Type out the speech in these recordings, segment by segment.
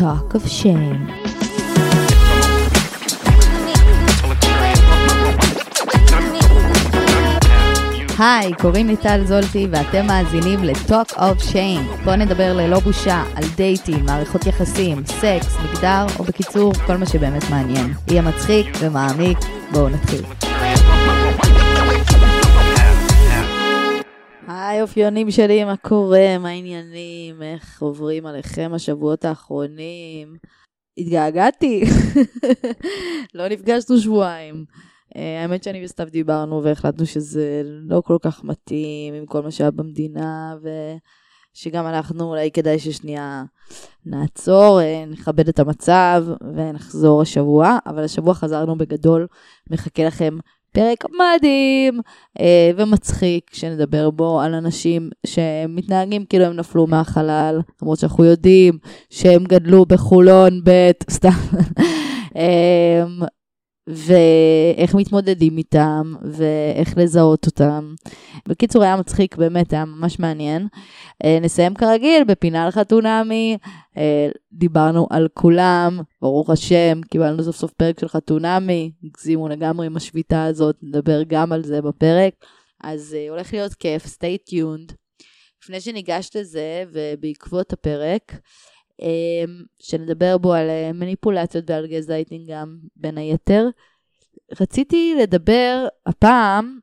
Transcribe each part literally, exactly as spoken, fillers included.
Talk of Shame. היי, קוראים לי טל זולטי ואתם מאזינים ל-Talk of Shame. בואו נדבר ללא בושה על דייטים, מערכות יחסים, סקס, מגדר, או בקיצור, כל מה שבאמת מעניין. יהיה מצחיק ומעמיק, בואו נתחיל. היי אופיונים שלי, מה קורה, מה העניינים, איך עוברים עליכם השבועות האחרונים? התגעגעתי, לא נפגשנו שבועיים. האמת שאני וסתיו דיברנו והחלטנו שזה לא כל כך מתאים עם כל מה שהיה במדינה, ושגם אנחנו אולי כדאי ששנייה נעצור, נכבד את המצב ונחזור השבוע, אבל השבוע חזרנו בגדול, מחכה לכם פרק מדהים ומצחיק שנדבר בו על אנשים שמתנהגים כאילו הם נפלו מהחלל, למרות שאנחנו יודעים שהם גדלו בחולון בית, סתם. ואיך מתמודדים איתם, ואיך לזהות אותם. בקיצור, היה מצחיק, באמת, היה ממש מעניין. נסיים כרגיל, בפינה לחתונמי, דיברנו על כולם, ברוך השם, קיבלנו סוף סוף פרק של חתונמי, הגזימו לגמרי עם השביתה הזאת, נדבר גם על זה בפרק, אז הולך להיות כיף, stay tuned. לפני שניגש לזה, ובעקבות הפרק, שנדבר בו על מניפולציות ועל גזלייטינג גם בין היתר, רציתי לדבר הפעם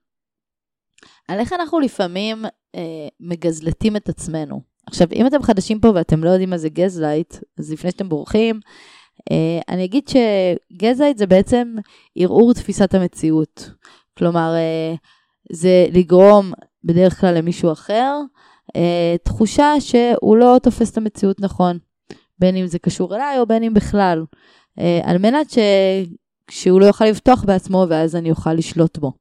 על איך אנחנו לפעמים אה, מגזלטים את עצמנו. עכשיו, אם אתם חדשים פה ואתם לא יודעים מה זה גזלייט, אז לפני שאתם בורחים, אה, אני אגיד שגזלייט זה בעצם ערעור תפיסת המציאות. כלומר, אה, זה לגרום בדרך כלל למישהו אחר, אה, תחושה שהוא לא תופס את המציאות נכון. בין אם זה קשור אליי או בין אם בכלל, אה, על מנת ש... שהוא לא יוכל לפתוח בעצמו ואז אני אוכל לשלוט בו.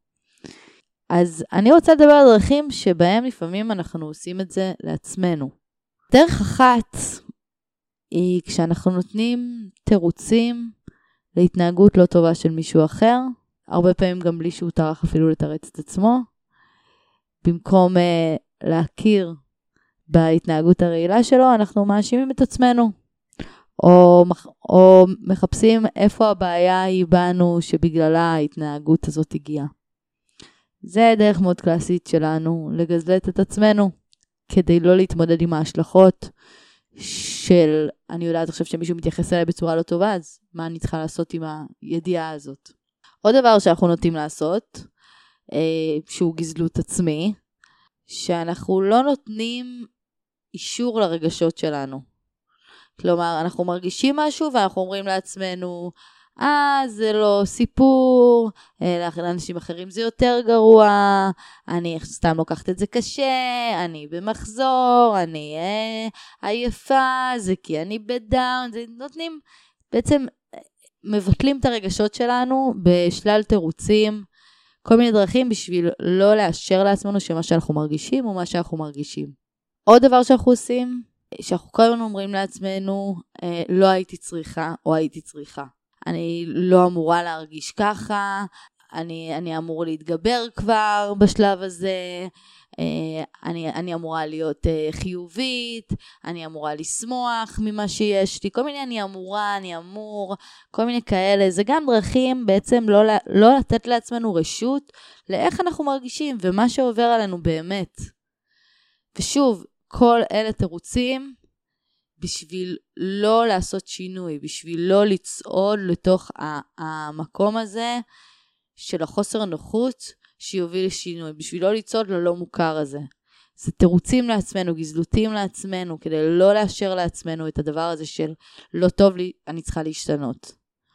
אז אני רוצה לדבר על דרכים שבהם לפעמים אנחנו עושים את זה לעצמנו. דרך אחת היא כשאנחנו נותנים תירוצים להתנהגות לא טובה של מישהו אחר, הרבה פעמים גם בלי שהוא טרח אפילו לתרץ את עצמו, במקום אה, להכיר בהתנהגות הרעילה שלו, אנחנו מאשימים את עצמנו. או, או מחפשים איפה הבעיה היא בנו שבגללה ההתנהגות הזאת הגיעה. זה דרך מאוד קלאסית שלנו לגזלט את עצמנו, כדי לא להתמודד עם ההשלכות של, אני יודעת עכשיו שמישהו מתייחס אליי בצורה לא טובה, אז מה אני צריכה לעשות עם הידיעה הזאת? עוד דבר שאנחנו נוטים לעשות, אה, שהוא גזלות עצמי, שאנחנו לא נותנים אישור לרגשות שלנו. כלומר, אנחנו מרגישים משהו ואנחנו אומרים לעצמנו, אה, זה לא סיפור, לאנשים אחרים זה יותר גרוע, אני סתם לוקחת את זה קשה, אני במחזור, אני אה, עייפה, זה כי אני בדאון, זה נותנים, בעצם מבטלים את הרגשות שלנו בשלל תירוצים, כל מיני דרכים בשביל לא לאשר לעצמנו שמה שאנחנו מרגישים או מה שאנחנו מרגישים. עוד דבר שאנחנו עושים, שאנחנו כל הזמן אומרים לעצמנו, אה, לא הייתי צריכה או הייתי צריכה. אני לא אמורה להרגיש ככה, אני, אני אמור להתגבר כבר בשלב הזה, אה, אני, אני אמורה להיות אה, חיובית, אני אמורה לשמוח ממה שיש לי, כל מיני אני אמורה, אני אמור, כל מיני כאלה. זה גם דרכים בעצם לא, לא לתת לעצמנו רשות לאיך אנחנו מרגישים ומה שעובר עלינו באמת. ושוב, כל אלה תירוצים בשביל לא לעשות שינוי, בשביל לא לצעוד לתוך המקום הזה של החוסר נוחות שיוביל לשינוי, בשביל לא לצעוד ללא מוכר הזה. זה תירוצים לעצמנו, גזלותים לעצמנו, כדי לא לאשר לעצמנו את הדבר הזה של לא טוב לי, אני צריכה להשתנות.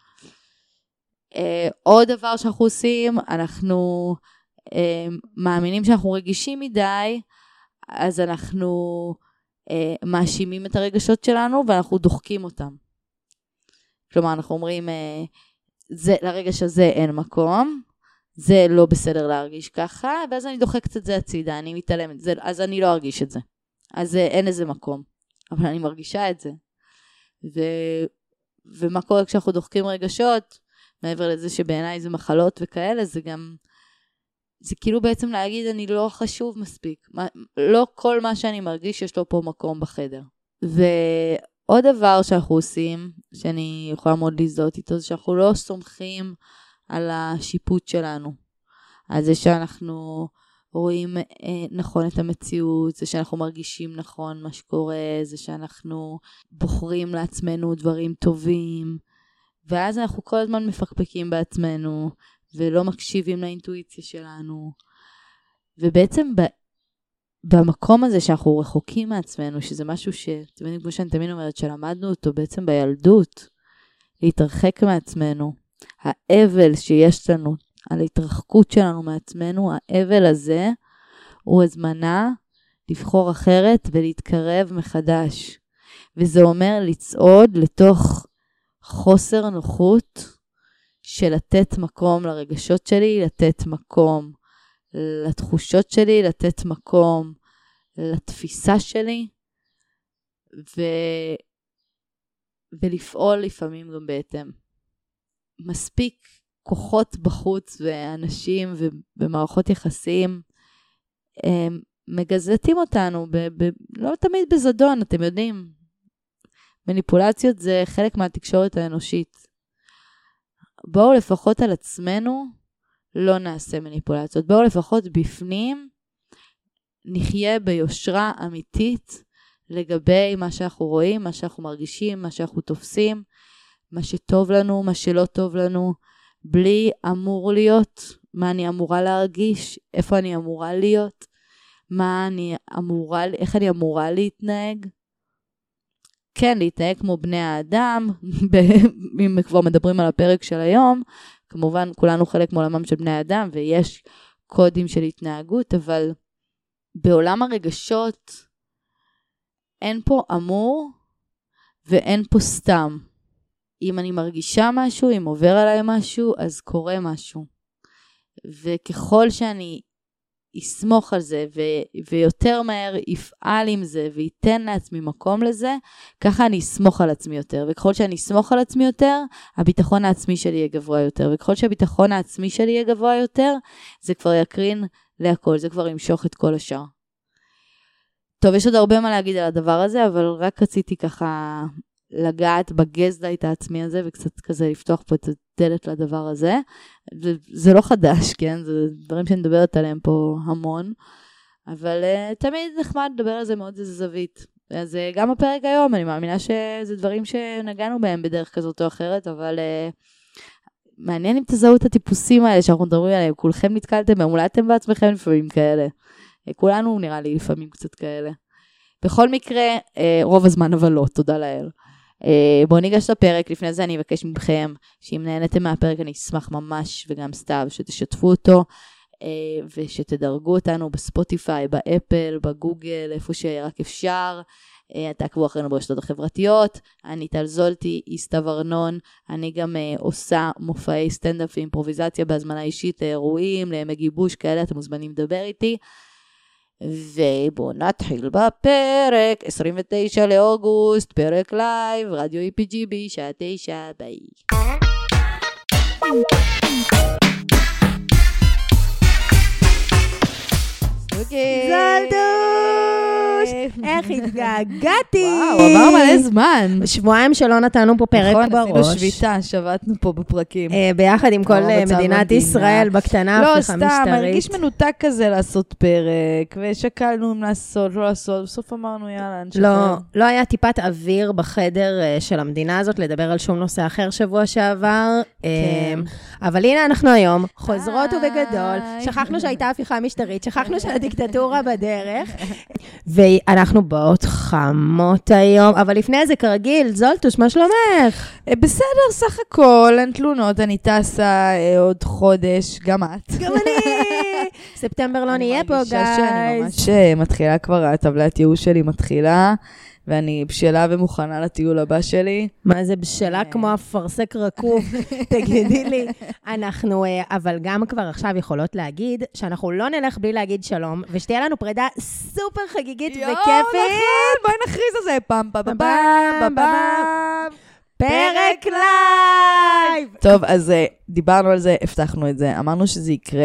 Uh, עוד דבר שאנחנו עושים, אנחנו uh, מאמינים שאנחנו רגישים מדי, אז אנחנו אה, מאשימים את הרגשות שלנו ואנחנו דוחקים אותם. כלומר, אנחנו אומרים, אה, זה, לרגש הזה אין מקום, זה לא בסדר להרגיש ככה, ואז אני דוחקת את זה הצידה, אני מתעלמת, זה, אז אני לא ארגיש את זה. אז אה, אין איזה מקום, אבל אני מרגישה את זה. ו, ומה קורה כשאנחנו דוחקים רגשות, מעבר לזה שבעיניי זה מחלות וכאלה, זה גם... זה כאילו בעצם להגיד, אני לא חשוב מספיק. מה, לא כל מה שאני מרגיש, יש לו פה מקום בחדר. עוד דבר שאנחנו עושים, שאני יכולה מאוד להזדהות איתו, זה שאנחנו לא סומכים על השיפוט שלנו. על זה שאנחנו רואים אה, נכון את המציאות, זה שאנחנו מרגישים נכון מה שקורה, זה שאנחנו בוחרים לעצמנו דברים טובים, ואז אנחנו כל הזמן מפקפקים בעצמנו, ולא מקשיבים לאינטואיציה שלנו. ובעצם ב... במקום הזה שאנחנו רחוקים מעצמנו, שזה משהו ש... אתם יודעים, כמו שאני תמיד אומרת, שלמדנו אותו בעצם בילדות, להתרחק מעצמנו. האבל שיש לנו, על ההתרחקות שלנו מעצמנו, האבל הזה הוא הזמנה לבחור אחרת ולהתקרב מחדש. וזה אומר לצעוד לתוך חוסר נוחות של לתת מקום לרגשות שלי, לתת מקום לתחושות שלי, לתת מקום לתפיסה שלי, ו... ולפעול לפעמים גם בהתאם. מספיק כוחות בחוץ ואנשים ובמערכות יחסים הם מגזלתים אותנו, ב... ב... לא תמיד בזדון, אתם יודעים. מניפולציות זה חלק מהתקשורת האנושית. בואו לפחות על עצמנו לא נעשה מניפולציות. בואו לפחות בפנים נחיה ביושרה אמיתית לגבי מה שאנחנו רואים, מה שאנחנו מרגישים, מה שאנחנו תופסים, מה שטוב לנו, מה שלא טוב לנו, בלי אמור להיות, מה אני אמורה להרגיש, איפה אני אמורה להיות, מה אני אמורה, איך אני אמורה להתנהג. כן, להתנהג כמו בני האדם, אם כבר מדברים על הפרק של היום, כמובן כולנו חלק מעולמם של בני האדם, ויש קודים של התנהגות, אבל בעולם הרגשות אין פה אמור ואין פה סתם. אם אני מרגישה משהו, אם עובר עליי משהו, אז קורה משהו. וככל שאני אסמוך על זה, ו- ויותר מהר יפעל עם זה, וייתן לעצמי מקום לזה, ככה אני אסמוך על עצמי יותר. וככל שאני אסמוך על עצמי יותר, הביטחון העצמי שלי יהיה גבוה יותר. וככל שהביטחון העצמי שלי יהיה גבוה יותר, זה כבר יקרין להכל, זה כבר ימשוך את כל השאר. טוב, יש עוד הרבה מה להגיד על הדבר הזה, אבל רק רציתי ככה לגעת בגזלייט העצמי הזה, וקצת כזה לפתוח פה את הדלת לדבר הזה. זה לא חדש, כן? זה דברים שאני מדברת עליהם פה המון, אבל uh, תמיד נחמד לדבר על זה מאוד איזה זווית. אז uh, גם הפרק היום, אני מאמינה שזה דברים שנגענו בהם בדרך כזאת או אחרת, אבל uh, מעניין אם תזהו את הטיפוסים האלה שאנחנו מדברים עליהם, כולכם נתקלתם בהם, אולי אתם בעצמכם לפעמים כאלה. כולנו נראה לי לפעמים קצת כאלה. בכל מקרה, רוב הזמן אבל לא, תודה לאל. בואו ניגש לפרק, לפני זה אני אבקש מכם, שאם נהנתם מהפרק אני אשמח ממש, וגם סתיו, שתשתפו אותו, ושתדרגו אותנו בספוטיפיי, באפל, בגוגל, איפה שרק אפשר. תעקבו אחרינו ברשתות החברתיות. אני טל זולטי, היא סתיו ארנון. אני גם uh, עושה מופעי סטנדאפ ואימפרוביזציה בהזמנה אישית לאירועים, לימי גיבוש כאלה, אתם מוזמנים לדבר איתי. ובואו נתחיל בפרק, עשרים ותשעה לאוגוסט, פרק לייב, רדיו אי פי ג'י בי, שעה תשע, ביי. זלדוש, איך התגעגעתי. וואו, עבר מלא זמן. שבועיים שלא נתנו פה פרק בראש. נכון, עשינו שביתה, שבתנו פה בפרקים. ביחד עם כל מדינת ישראל בקטנה, לא, סתם, מרגיש מנותק כזה לעשות פרק, ושקלנו אם לעשות, לא לעשות, בסוף אמרנו יאללה, נשחרר. לא, לא היה טיפת אוויר בחדר של המדינה הזאת, לדבר על שום נושא אחר שבוע שעבר. כן. אבל הנה אנחנו היום, חוזרות ובגדול, שכחנו שהייתה הפיכה משטרית, שכחנו שהדיקטטורה בדרך, ואנחנו באות חמות היום, אבל לפני זה כרגיל, זולטוש, מה שלומך? בסדר, סך הכל, אין תלונות, אני טסה עוד חודש, גם את. גם אני! ספטמבר לא נהיה פה, גייז. אני ממש מתחילה כבר, הטבלת ייאוש שלי מתחילה, ואני בשלה ומוכנה לטיול הבא שלי. מה זה בשלה כמו הפרסק רקוב? תגידי לי. אנחנו, אבל גם כבר עכשיו יכולות להגיד, שאנחנו לא נלך בלי להגיד שלום, ושתהיה לנו פרידה סופר חגיגית וכיפית. יואו, נכון, בואי נכריז על זה. פם פם פם פם פם. פרק לייב! טוב, אז דיברנו על זה, הבטחנו את זה, אמרנו שזה יקרה,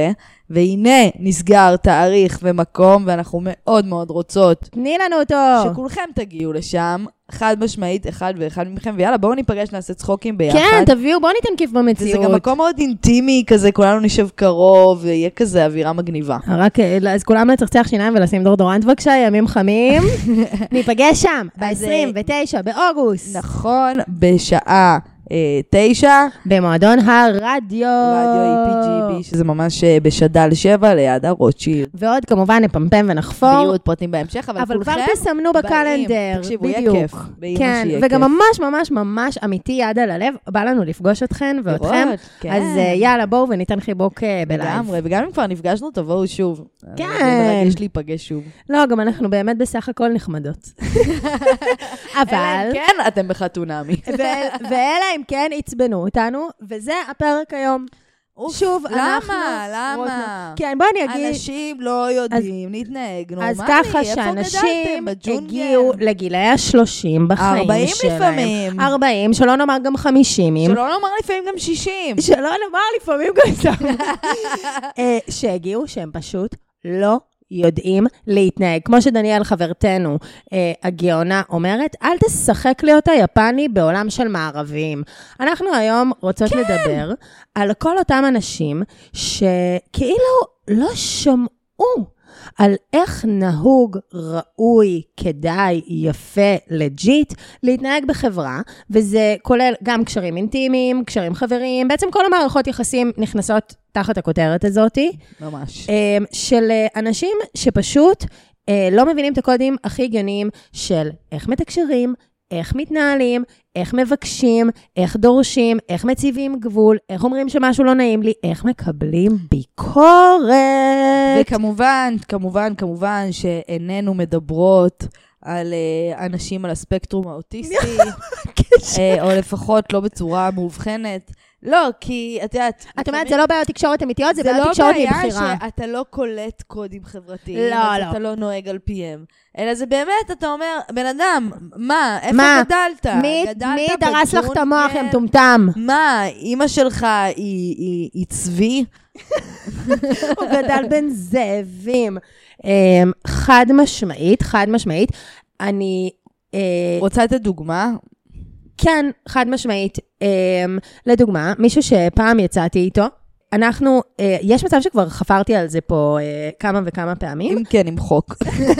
והנה נסגר תאריך ומקום, ואנחנו מאוד מאוד רוצות. תני לנו אותו. שכולכם תגיעו לשם, חד משמעית, אחד ואחד מכם, ויאללה, בואו ניפגש, נעשה צחוקים ביחד. כן, תביאו, בואו ניתן כיף במציאות. וזה גם מקום מאוד אינטימי, כזה, כולנו נשב קרוב, ויהיה כזה אווירה מגניבה. רק, אז כולם לצחצח שיניים ולשים דורדורנט בבקשה, ימים חמים. ניפגש שם, ב-עשרים ותשעה באוגוסט. נכון, בשעה תשע. במועדון הרדיו. רדיו אי פי ג'י בי, שזה ממש בשדל שבע ליד הרוטשילד. ועוד כמובן נפמפם ונחפור. ויהיו עוד פרטים בהמשך, אבל, אבל כבר תסמנו בקלנדר. תקשיבו, יהיה כיף. כן, וגם ממש ממש ממש אמיתי יד על הלב, בא לנו לפגוש אתכן ואתכם. אז יאללה, בואו וניתן חיבוק בלייב. לגמרי, וגם אם כבר נפגשנו, תבואו שוב. כן. זה מרגש להיפגש שוב. לא, גם אנחנו באמת בסך הכל נחמדות. אבל... כן, אתם בחתונמי. ואלה אם כן, עצבנו אותנו, וזה הפרק היום. שוב, אנחנו... למה? למה? כן, בוא אני אגיד... אנשים לא יודעים להתנהג נורמלי. אז ככה שאנשים הגיעו לגילאי השלושים בחיים שלהם. ארבעים לפעמים. ארבעים, שלא נאמר גם חמישים. שלא נאמר לפעמים גם שישים. שלא נאמר לפעמים גם סתם. שהגיעו שהם פשוט לא יודעים להתנהג. כמו שדניאל חברתנו, אה, הגאונה אומרת, אל תשחק להיות היפני בעולם של מערבים. אנחנו היום רוצות כן. לדבר על כל אותם אנשים שכאילו לא שמעו על איך נהוג, ראוי, כדאי, יפה, לג'יט, להתנהג בחברה, וזה כולל גם קשרים אינטימיים, קשרים חבריים, בעצם כל המערכות יחסים נכנסות תחת הכותרת הזאת. ממש. של אנשים שפשוט לא מבינים את הקודים הכי הגיוניים של איך מתקשרים, איך מתנהלים, איך מבקשים, איך דורשים, איך מציבים גבול, איך אומרים שמשהו לא נעים לי, איך מקבלים ביקורת. וכמובן, כמובן, כמובן שאיננו מדברות על uh, אנשים על הספקטרום האוטיסטי, uh, או לפחות לא בצורה מאובחנת. לא, כי את יודעת... את אומרת, זה לא בעיות תקשורת אמיתיות, זה בעיות תקשורת מבחירה. זה לא בעיה שאתה לא קולט קודים חברתיים, לא, אז לא. אתה לא נוהג על פיהם. אלא זה באמת, אתה אומר, בן אדם, מה? איפה מה? גדלת? מי, גדלת מי דרס לך את המוח, כן. הם טומטם? מה? אמא שלך היא, היא, היא צבי? הוא גדל בין זאבים. חד משמעית, חד משמעית. אני... רוצה את הדוגמה? כן, חד משמעית. לדוגמה, מישהו שפעם יצאתי איתו, אנחנו, יש מצב שכבר חפרתי על זה פה כמה וכמה פעמים. אם כן, עם חוק.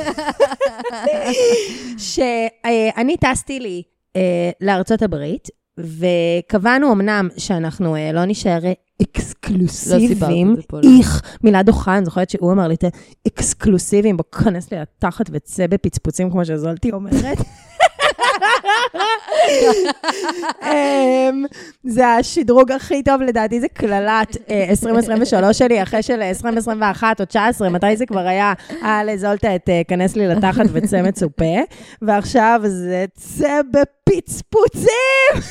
שאני טסתי לי לארצות הברית, וקבענו אמנם שאנחנו לא נשאר אקסקלוסיביים. איך, מילה דוחה, אני זוכרת שהוא אמר לי, אקסקלוסיביים, בוא כנס לי לתחת וצא בפצפוצים, כמו שזולתי אומרת. זה השדרוג הכי טוב לדעתי, זה כללת עשרים עשרים ושלוש שלי, אחרי של עשרים עשרים ואחת או תשע עשרה, מתי זה כבר היה, אה, לזולת את כנס לי לתחת וצא מצופה, ועכשיו זה צא בפצפוצים!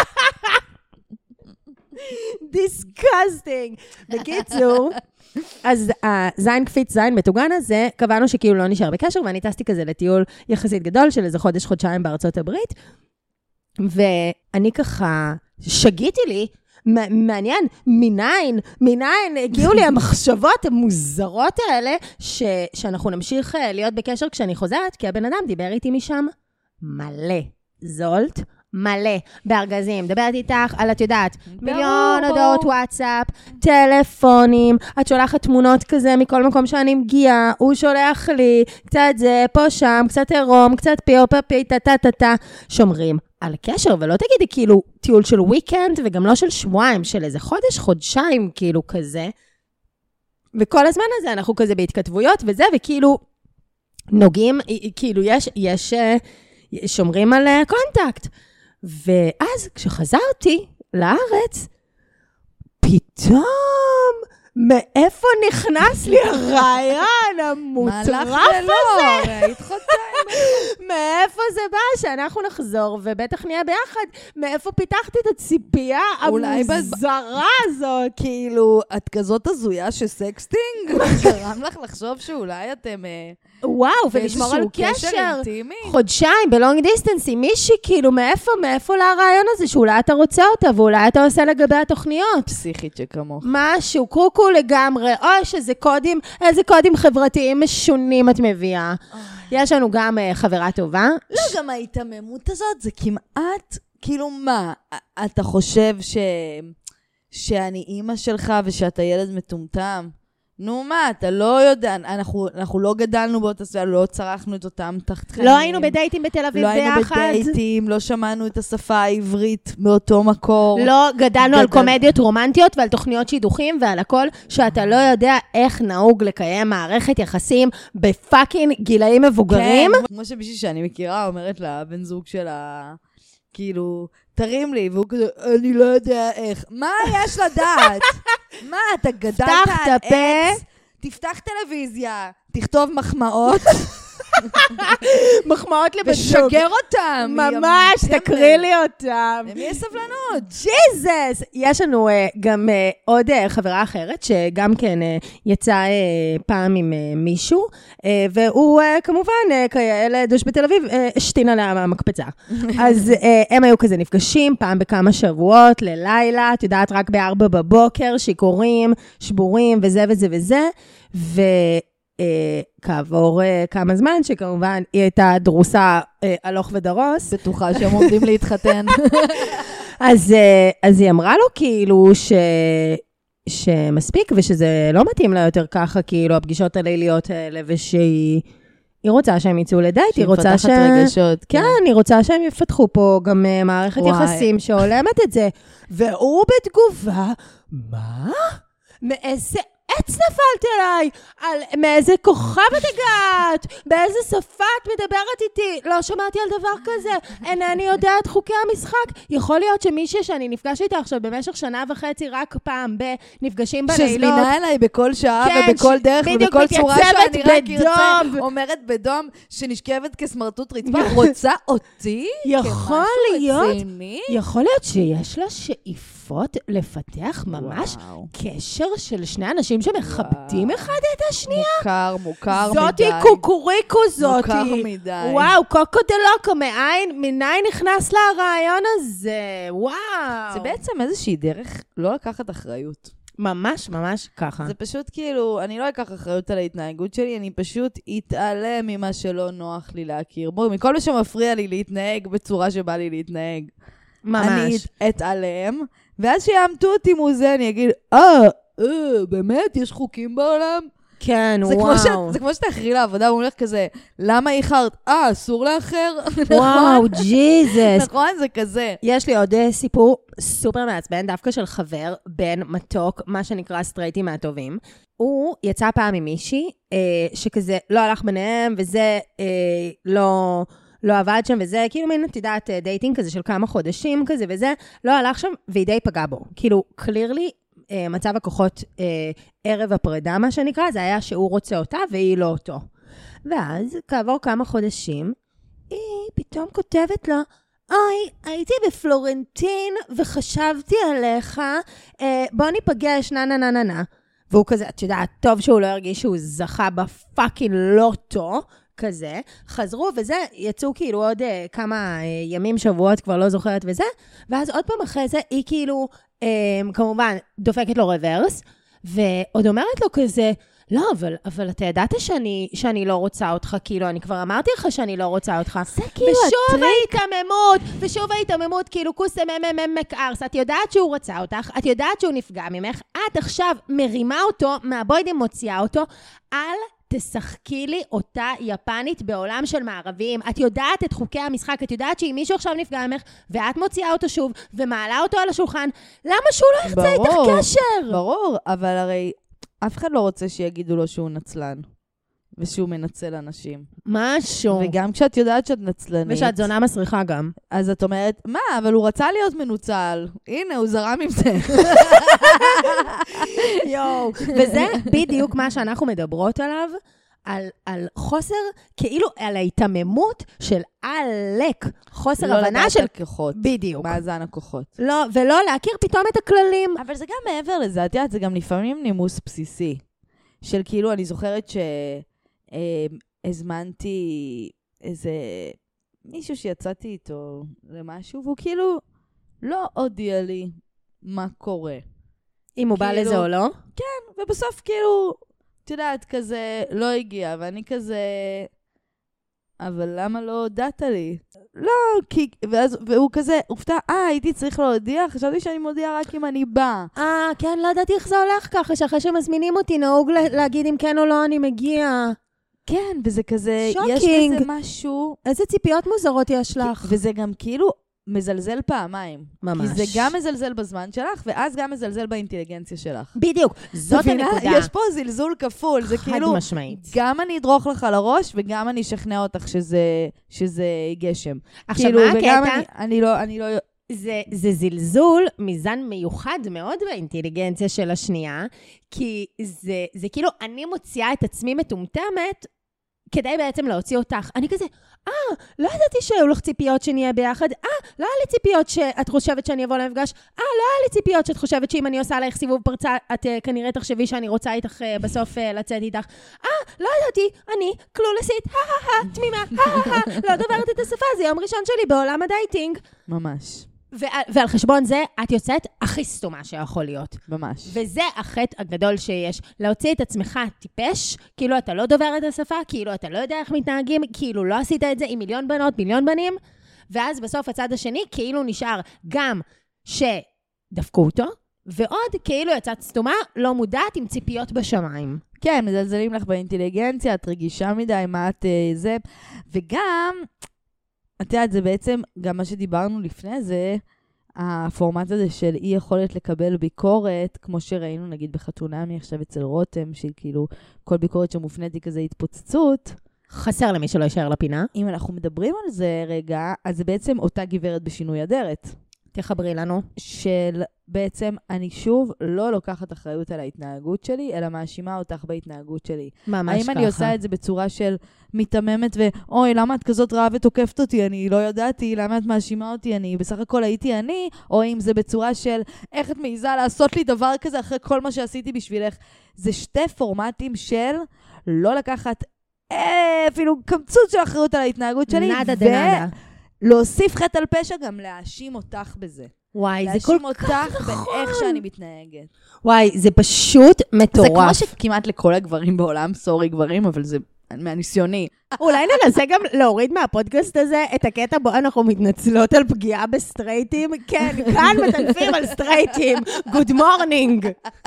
דיסקסטינג. בקיצור, אז הזין קפיץ זין מטוגן הזה, קבענו שכאילו לא נשאר בקשר, ואני טסתי כזה לטיול יחסית גדול של איזה חודש, חודשיים בארצות הברית, ואני ככה שגיתי לי, מעניין, מניין, מניין, הגיעו לי המחשבות המוזרות האלה, ש, שאנחנו נמשיך להיות בקשר כשאני חוזרת, כי הבן אדם דיבר איתי משם מלא. זולט, מלא, בארגזים, מדברת איתך על, את יודעת, מיליון הודעות וואטסאפ, טלפונים, את שולחת תמונות כזה מכל מקום שאני מגיעה, הוא שולח לי, קצת זה, פה שם, קצת עירום, קצת פיו, פפי, טה, טה, טה, שומרים על קשר, ולא תגידי כאילו טיול של וויקנד, וגם לא של שבועיים, של איזה חודש, חודשיים, כאילו כזה. וכל הזמן הזה אנחנו כזה בהתכתבויות וזה, וכאילו נוגעים, כאילו יש, יש, שומרים על קונטקט. ואז כשחזרתי לארץ, פתאום מאיפה נכנס לי הרעיון המוטרף הזה? מאיפה זה בא שאנחנו נחזור, ובטח נהיה ביחד, מאיפה פיתחתי את הציפייה המוזרה הזאת. כאילו, את כזאת הזויה שסקסטינג גרם לך לחשוב שאולי אתם... וואו, ולשמור על קשר. חודשיים בלונג דיסטנס עם מישהי, כאילו, מאיפה, מאיפה לרעיון הזה, שאולי אתה רוצה אותה, ואולי אתה עושה לגבי התוכניות. פסיכית שכמוך. משהו, קוקו לגמרי, אוי, שזה קודים, איזה קודים חברתיים משונים את מביאה. יש לנו גם חברה טובה. לא, גם ההתאממות הזאת, זה כמעט, כאילו מה, אתה חושב ש... שאני אימא שלך ושאתה ילד מטומטם? נו מה, אתה לא יודע, אנחנו, אנחנו לא גדלנו באותה סביבה, לא צרכנו את אותם תחתכנים. לא היינו בדייטים בתל אביב ביחד. לא היינו בדייטים, לא שמענו את השפה העברית מאותו מקור. לא גדלנו גדל... על קומדיות רומנטיות ועל תוכניות שידוכים ועל הכל, שאתה לא יודע איך נהוג לקיים מערכת יחסים בפאקינג גילאים מבוגרים. כן, כמו שמישהי שאני מכירה אומרת לבן זוג שלה, כאילו... תרים לי, והוא כזה, אני לא יודע איך. מה יש לדעת? מה, אתה גדלת על עץ? תפתח טלוויזיה, תכתוב מחמאות. מחמאות לבן זוג. ושגר אותם. ממש, תקריא לי אותם. למי יש סבלנות? ג'יזוס! יש לנו גם עוד חברה אחרת, שגם כן יצא פעם עם מישהו, והוא כמובן, כילד דוש בתל אביב, השתין עליה מהמקפצה. אז הם היו כזה נפגשים פעם בכמה שבועות, ללילה, את יודעת, רק בארבע בבוקר, שיקורים, שבורים, וזה וזה וזה, ו... כעבור כמה זמן, שכמובן היא הייתה דרוסה הלוך ודרוס. בטוחה שהם עומדים להתחתן. אז, אז היא אמרה לו כאילו ש... שמספיק, ושזה לא מתאים לה יותר ככה, כאילו הפגישות הליליות האלה, ושהיא היא רוצה שהם יצאו לדייט, היא רוצה ש... רגשות, כן, כן, היא רוצה שהם יפתחו פה גם מערכת וואי. יחסים שהולמת את זה. והוא בתגובה, מה? מאיזה... עץ נפלת אליי, על מאיזה כוכב את הגעת, באיזה שפה את מדברת איתי, לא שמעתי על דבר כזה, אינני יודעת חוקי המשחק, יכול להיות שמישהי שאני נפגש איתה עכשיו במשך שנה וחצי רק פעם בנפגשים בלילות. שזמינה אליי בכל שעה כן, ובכל דרך ובכל צורה שאני רק ארצה, בדום. אומרת בדום שנשכבת כסמרטוט רצפה, רוצה אותי? יכול להיות, רציני? יכול להיות שיש לה שאיפות לפתח ממש וואו. קשר של שני אנשים שמכבדים וואו. אחד את השנייה. מוכר, מוכר זאתי מדי. זאתי קוקוריקו זאתי. מוכר מדי. וואו, קוקו דלוקו, מאין, מניין נכנס לרעיון הזה, וואו. זה בעצם איזושהי דרך לא לקחת אחריות. ממש, ממש ככה. זה פשוט כאילו, אני לא אקח אחריות על ההתנהגות שלי, אני פשוט אתעלם ממה שלא נוח לי להכיר. בואו, מכל מה שמפריע לי להתנהג בצורה שבא לי להתנהג. ממש. אני אתעלם, ואז שיעמתו אותי מוזה, אני אגיד, אה, אה, באמת, יש חוקים בעולם? כן, זה וואו. כמו ש... זה כמו שתאחרי לעבודה, הוא הולך כזה, למה איחרת? אה, אסור לאחר? וואו, ג'יזוס. נכון, זה כזה. יש לי עוד סיפור סופר מעצבן, דווקא של חבר, בן מתוק, מה שנקרא סטרייטים מהטובים. הוא יצא פעם עם מישהי, אה, שכזה לא הלך ביניהם, וזה אה, לא... לא עבד שם, וזה כאילו מין, את יודעת, דייטינג כזה של כמה חודשים כזה, וזה לא הלך שם, והיא די פגע בו. כאילו, קלירלי, מצב הכוחות ערב הפרידה, מה שנקרא, זה היה שהוא רוצה אותה, והיא לא אותו. ואז, כעבור כמה חודשים, היא פתאום כותבת לו, אוי, הייתי בפלורנטין, וחשבתי עליך, בוא ניפגש, נה נה נה נה נה. והוא כזה, את יודעת, טוב שהוא לא הרגיש שהוא זכה בפאקינג לוטו, כזה, חזרו וזה, יצאו כאילו עוד uh, כמה uh, ימים, שבועות, כבר לא זוכרת וזה, ואז עוד פעם אחרי זה, היא כאילו, um, כמובן, דופקת לו רוורס, ועוד אומרת לו כזה, לא, אבל, אבל אתה ידעת שאני, שאני לא רוצה אותך, כאילו, אני כבר אמרתי לך שאני לא רוצה אותך. זה כאילו ושוב ההתאממות, ושוב ההתאממות, כאילו, כוסם אממם מקארס, את יודעת שהוא רוצה אותך, את יודעת שהוא נפגע ממך, את עכשיו מרימה אותו, מהבוידים מוציאה אותו, על תשחקי לי אותה יפנית בעולם של מערבים. את יודעת את חוקי המשחק, את יודעת שאם מישהו עכשיו נפגע ממך, ואת מוציאה אותו שוב, ומעלה אותו על השולחן, למה שהוא לא יחצה איתך קשר? ברור, אבל הרי אף אחד לא רוצה שיגידו לו שהוא נצלן, ושהוא מנצל אנשים. משהו. וגם כשאת יודעת שאת נצלנית. ושאת זונה מסריחה גם. אז את אומרת, מה, אבל הוא רצה להיות מנוצל. הנה, הוא זרם עם זה. יואו. וזה בדיוק מה שאנחנו מדברות עליו, על, על חוסר, כאילו על ההתאממות של עלק חוסר לא הבנה של... לדעת הכוחות. בדיוק. מאזן הכוחות. לא, ולא להכיר פתאום את הכללים. אבל זה גם מעבר לזה, את יודעת, זה גם לפעמים נימוס בסיסי. של כאילו, אני זוכרת שהזמנתי איזה מישהו שיצאתי איתו למשהו, והוא כאילו לא הודיע לי מה קורה. אם הוא בא לזה או לא? כן, ובסוף כאילו, את יודעת, כזה לא הגיע, ואני כזה... אבל למה לא הודעת לי? לא, כי... ואז, והוא כזה, הופתע, אה, הייתי צריך להודיע? חשבתי שאני מודיע רק אם אני באה. אה, כן, לא ידעתי איך זה הולך ככה, שאחרי שמזמינים אותי, נהוג להגיד אם כן או לא אני מגיע. כן, וזה כזה, שוקינג. יש בזה משהו... איזה ציפיות מוזרות יש לך. וזה גם כאילו מזלזל פעמיים. ממש. כי זה גם מזלזל בזמן שלך, ואז גם מזלזל באינטליגנציה שלך. בדיוק, זאת הנקודה. יש פה זלזול כפול, זה כאילו... חד משמעית. גם אני אדרוך לך לראש, וגם אני אשכנע אותך שזה, שזה גשם. עכשיו, כאילו, מה הקטע? אני, אני לא, אני לא... זה, זה זלזול מזן מיוחד מאוד באינטליגנציה של השנייה, כי זה, זה כאילו, אני מוציאה את עצמי מטומטמת, כדי בעצם להוציא אותך. אני כזה, אה, לא ידעתי שהיו לך ציפיות שנהיה ביחד, אה, לא היה לי ציפיות שאת חושבת שאני אבוא למפגש, אה, לא היה לי ציפיות שאת חושבת שאם אני עושה עליך סיבוב פרצה, את uh, כנראה תחשבי שאני רוצה איתך uh, בסוף uh, לצאת איתך. אה, לא ידעתי, אני קלולסית, הא-הא-הא, תמימה, הא-הא-הא, לא דוברת את השפה, זה יום ראשון שלי בעולם הדייטינג. ממש. ועל, ועל חשבון זה, את יוצאת הכי סתומה שיכול להיות. ממש. וזה החטא הגדול שיש. להוציא את עצמך טיפש, כאילו אתה לא דובר את השפה, כאילו אתה לא יודע איך מתנהגים, כאילו לא עשית את זה עם מיליון בנות, מיליון בנים, ואז בסוף הצד השני כאילו נשאר גם שדפקו אותו, ועוד כאילו יצאת סתומה, לא מודעת עם ציפיות בשמיים. כן, מזלזלים לך באינטליגנציה, את רגישה מדי, מה את uh, זה, וגם... את יודעת, זה בעצם, גם מה שדיברנו לפני זה, הפורמט הזה של אי יכולת לקבל ביקורת, כמו שראינו נגיד בחתונמי עכשיו אצל רותם, של כאילו כל ביקורת שמופנית היא כזה התפוצצות. חסר למי שלא יישאר לפינה. אם אנחנו מדברים על זה רגע, אז זה בעצם אותה גברת בשינוי אדרת. תחברי לנו. של בעצם אני שוב לא לוקחת אחריות על ההתנהגות שלי, אלא מאשימה אותך בהתנהגות שלי. ממש האם ככה. אני עושה את זה בצורה של מתממת ואוי, למה את כזאת רעה ותוקפת אותי? אני לא ידעתי, למה את מאשימה אותי? אני בסך הכל הייתי אני, או אם זה בצורה של איך את מעיזה לעשות לי דבר כזה אחרי כל מה שעשיתי בשבילך. זה שתי פורמטים של לא לקחת אה, אפילו קמצות של אחריות על ההתנהגות שלי. נדה דנדה. להוסיף חטא על פשע גם להאשים אותך בזה. וואי, זה כל כך נכון. להאשים אותך באיך שאני מתנהגת. וואי, זה פשוט מטורף. זה כמו שכמעט לכל הגברים בעולם, סורי גברים, אבל זה מהניסיוני. אולי ננסה גם להוריד מהפודקאסט הזה את הקטע בו אנחנו מתנצלות על פגיעה בסטרייטים. כן, כאן מטנפים על סטרייטים. Good morning.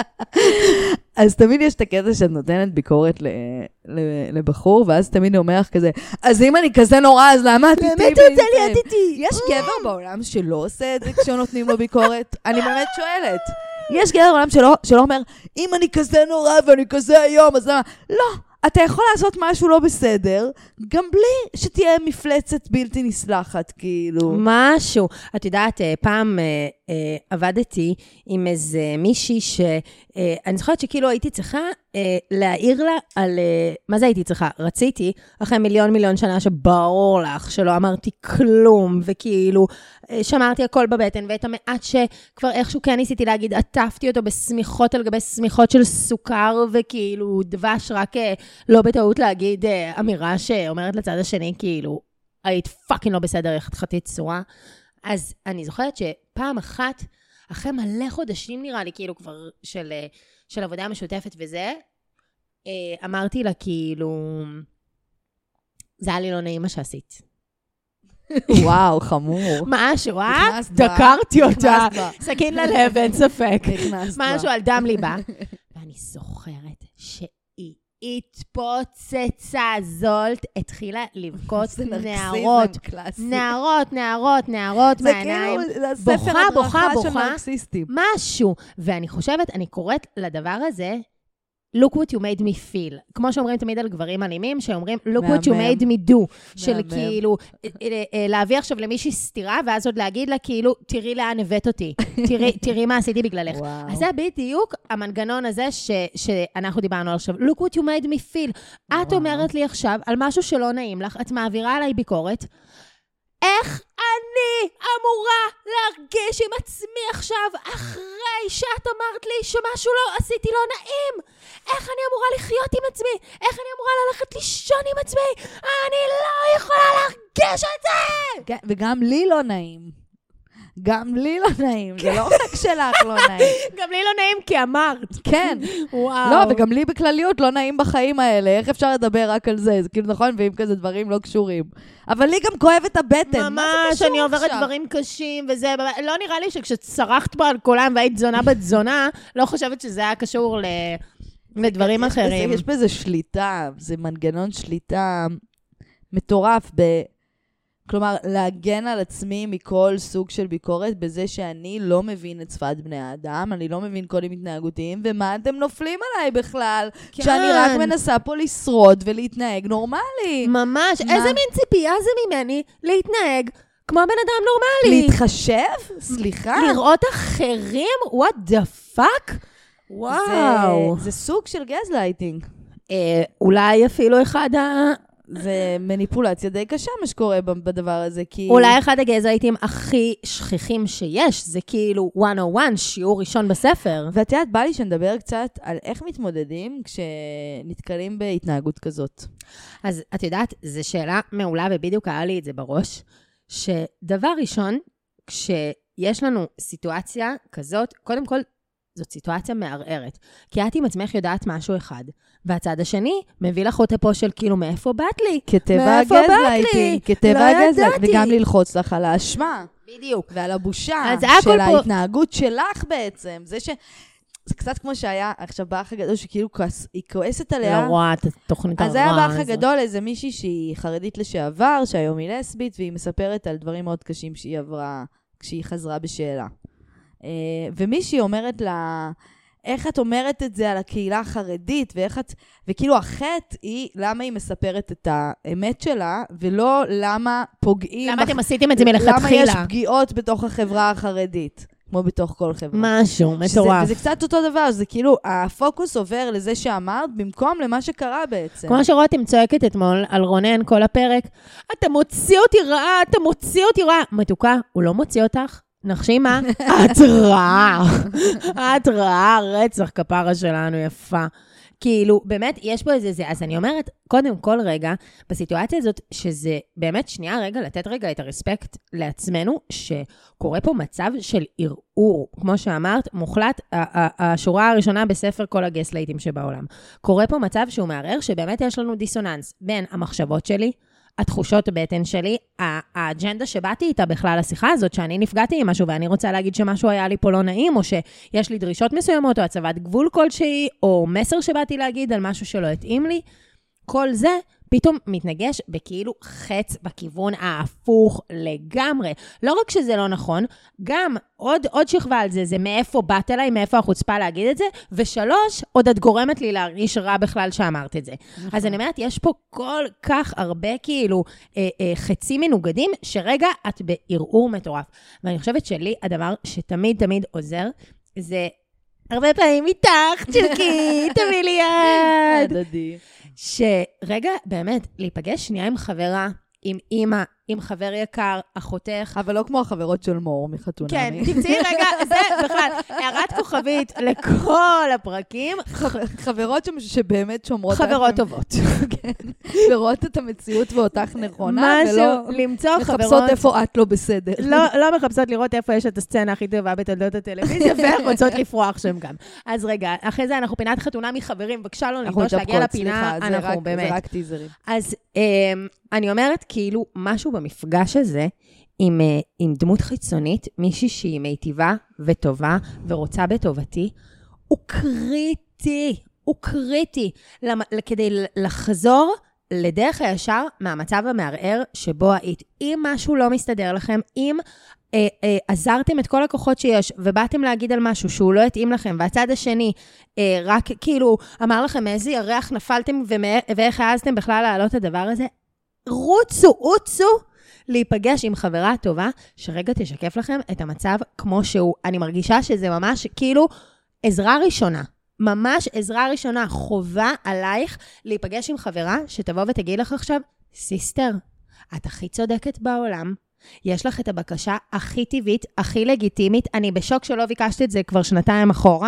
אז תמיד יש את הקטע שאת נותנת ביקורת לבחור, ואז תמיד אומר לך כזה, אז אם אני כזה נורא, אז למה את איתי? באמת רוצה להיות איתי. יש גבר בעולם שלא עושה את זה כשנותנים לו ביקורת? אני באמת שואלת. יש גבר בעולם שלא אומר, אם אני כזה נורא ואני כזה היום, אז למה? לא. אתה יכול לעשות משהו לא בסדר, גם בלי שתהיה מפלצת בלתי נסלחת, כאילו. משהו. את יודעת, פעם אה, אה, עבדתי עם איזה מישהי ש... אה, אני זוכרת שכאילו הייתי צריכה אה, להעיר לה על... אה, מה זה הייתי צריכה? רציתי, אחרי מיליון מיליון שנה שברור לך, שלא אמרתי כלום, וכאילו אה, שמרתי הכל בבטן, ואת המעט שכבר איכשהו כן ניסיתי להגיד, עטפתי אותו בסמיכות על גבי סמיכות של סוכר, וכאילו דבש רק... אה, לא בטעות להגיד uh, אמירה שאומרת לצד השני, כאילו, היית פאקינג לא בסדר, איך התחתית צורה. אז אני זוכרת שפעם אחת, אחרי מלא חודשים נראה לי, כאילו כבר של, של עבודה משותפת וזה, אמרתי לה, כאילו, זה היה לי לא נעים מה שעשית. וואו, חמור. משהו, אה? דקרתי אותה. סכין ללב, אין ספק. משהו על דם ליבה. ואני זוכרת ש... התפוצצה זולט, התחילה לבכות נערות. נערות, נערות, נערות מהעיניים. בוכה, בוכה, בוכה. משהו. ואני חושבת, אני קוראת לדבר הזה, look what you made me feel. כמו שאומרים תמיד על גברים אלימים, שאומרים, look what you made me do. של כאילו, להביא עכשיו למישהי סתירה, ואז עוד להגיד לה, כאילו, תראי לאן הבאת אותי. תראי מה עשיתי בגללך. אז זה בדיוק המנגנון הזה שאנחנו דיברנו על עכשיו. look what you made me feel. את אומרת לי עכשיו על משהו שלא נעים לך, את מעבירה עליי ביקורת, איך אני אמורה להרגיש עם עצמי עכשיו, אחרי שאת אמרת לי שמשהו לא עשיתי לא נעים? איך אני אמורה לחיות עם עצמי? איך אני אמורה ללכת לישון עם עצמי? אני לא יכולה להרגיש את זה! וגם לי לא נעים. גם לי לא נעים, זה לא רק שלך לא נעים. גם לי לא נעים כי אמרת. כן. וואו. לא, וגם לי בכלליות לא נעים בחיים האלה. איך אפשר לדבר רק על זה? זה כאילו נכון, ואם כזה דברים לא קשורים. אבל לי גם כואב את הבטן. ממש, אני עוברת דברים קשים וזה, לא נראה לי שכשצרחת פה על כולם והיית זונה בת זונה, לא חושבת שזה היה קשור לדברים אחרים. יש בזה שליטה, זה מנגנון שליטה מטורף ב... כלומר, להגן על עצמי מכל סוג של ביקורת בזה שאני לא מבין את שפת בני האדם, אני לא מבין קודים התנהגותיים, ומה אתם נופלים עליי בכלל? כן. שאני רק מנסה פה לשרוד ולהתנהג נורמלי. ממש, מה? איזה מין ציפייה זה ממני להתנהג כמו בן אדם נורמלי. להתחשב? סליחה. לראות אחרים? What the fuck? וואו. זה, זה סוג של גזלייטינג. אה, אולי אפילו אחד ה... זה מניפולציה די קשה מה שקורה בדבר הזה, כי... אולי אחד הגזלייטים הכי שכיחים שיש, זה כאילו מאה ואחת, שיעור ראשון בספר. ואת יודעת, בא לי שנדבר קצת על איך מתמודדים כשנתקלים בהתנהגות כזאת. אז את יודעת, זו שאלה מעולה, ובדיוק היה לי את זה בראש, שדבר ראשון, כשיש לנו סיטואציה כזאת, קודם כל, זאת סיטואציה מערערת. כי את עם עצמך יודעת משהו אחד, והצד השני מביא לך אותה פה של כאילו, מאיפה באת לי? כטבע הגזלייטינג, כטבע הגזלייטינג, וגם ללחוץ לך על האשמה. בדיוק. ועל הבושה של ההתנהגות שלך בעצם. זה ש... זה קצת כמו שהיה, עכשיו באח הגדול שכאילו היא כועסת עליה. לא רואה את התוכנית הרעה. אז היה באח הגדול איזה מישהי שהיא חרדית לשעבר, שהיום היא לסבית, והיא מספרת על דברים מאוד קשים שהיא עברה כשהיא חזרה בשאלה. ומישהי אומרת לה, איך את אומרת את זה על הקהילה החרדית, ואיך את, וכאילו החטא היא, למה היא מספרת את האמת שלה, ולא למה פוגעים... למה אתם עשיתם את זה מלכתחילה? למה יש פגיעות בתוך החברה החרדית, כמו בתוך כל חברה. משהו, מטורף. וזה קצת אותו דבר, זה כאילו, הפוקוס עובר לזה שאמרת, במקום למה שקרה בעצם. כמו שרותם צועקת אתמול על רונן כל הפרק, אתה מוציא אותי רעה, אתה מוציא אותי רעה. מתוקה, הוא לא מוציא אותך. נחשי מה? את רעה. את רעה, רצח כפרה שלנו יפה. כאילו, באמת, יש פה איזה זה. אז אני אומרת, קודם כל רגע, בסיטואציה הזאת, שזה באמת שנייה רגע, לתת רגע את הרספקט לעצמנו, שקורה פה מצב של ערעור. כמו שאמרת, מוחלט, השורה הראשונה בספר כל הגסלייטים שבעולם. קורה פה מצב שהוא מערער, שבאמת יש לנו דיסוננס בין המחשבות שלי, התחושות הבטן שלי, האג'נדה שבאתי איתה בכלל השיחה הזאת, שאני נפגעתי עם משהו, ואני רוצה להגיד שמשהו היה לי פה לא נעים, או שיש לי דרישות מסוימות, או הצבת גבול כלשהי, או מסר שבאתי להגיד על משהו שלא התאים לי, כל זה פתאום מתנגש בכאילו חץ בכיוון ההפוך לגמרי. לא רק שזה לא נכון, גם עוד, עוד שכבה על זה, זה מאיפה באת אליי, מאיפה החוצפה להגיד את זה, ושלוש, עוד את גורמת לי להרגיש רע בכלל שאמרת את זה. נכון. אז אני אומרת, יש פה כל כך הרבה כאילו אה, אה, חצים מנוגדים, שרגע את בערעור מטורף. ואני חושבת שלי, הדבר שתמיד תמיד עוזר, זה הרבה פעמים איתך, צ'וקי, תביא לי יד. הדדי. שרגע, באמת, להיפגש שנייה עם חברה, עם אמא, עם חבר יקר, אחותך. אבל לא כמו החברות של מור מחתונה. כן, תמצאי רגע, זה בכלל, הערת כוכבית לכל הפרקים. חברות שבאמת שומרות... חברות טובות. כן, ורואות את המציאות ואותך נכונה, ולא מחפשות איפה את לא בסדר. לא מחפשות לראות איפה יש את הסצנה הכי טובה בתולדות הטלוויזיה, ורוצות לפרוח שם גם. אז רגע, אחרי זה אנחנו פינת חתונה מחברים, בבקשה לא נדרוש להגיע לפינה, אנחנו באמת. זה רק טיזרים. אז אני אומרת, כאילו, משהו במפגש הזה, עם, עם דמות חיצונית, מישהי שהיא מיטיבה וטובה, ורוצה בטובתי, הוא קריטי, הוא קריטי, למ, כדי לחזור לדרך הישר מהמצב המערער שבו היית. אם משהו לא מסתדר לכם, אם אה, אה, עזרתם את כל הכוחות שיש, ובאתם להגיד על משהו שהוא לא יתאים לכם, והצד השני אה, רק כאילו אמר לכם איזה ירח נפלתם, ומה, ואיך העזתם בכלל להעלות את הדבר הזה, רוצו, רוצו, להיפגש עם חברה טובה, שרגע תשקף לכם את המצב כמו שהוא. אני מרגישה שזה ממש כאילו עזרה ראשונה. ממש עזרה ראשונה. חובה עלייך להיפגש עם חברה שתבוא ותגיד לך עכשיו, סיסטר, את הכי צודקת בעולם. יש לך את הבקשה הכי טבעית, הכי לגיטימית, אני בשוק שלא ביקשת את זה כבר שנתיים אחורה,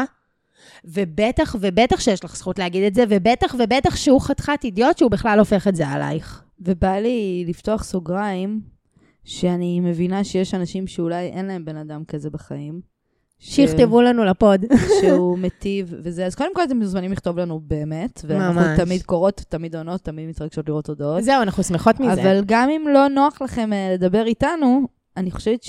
ובטח ובטח שיש לך זכות להגיד את זה, ובטח ובטח שהוא חתיכת אידיוט שהוא בכלל הופך את זה עלייך. ובא לי לפתוח סוגריים, שאני מבינה שיש אנשים שאולי אין להם בן אדם כזה בחיים. שיכתבו לנו לפוד. שהוא מטיב וזה. אז קודם כל אתם מוזמנים לכתוב לנו באמת, ואנחנו תמיד קורות, תמיד עונות, תמיד מתרגשות לראות הודעות. זהו, אנחנו שמחות מזה. אבל גם אם לא נוח לכם לדבר איתנו, אני חושבת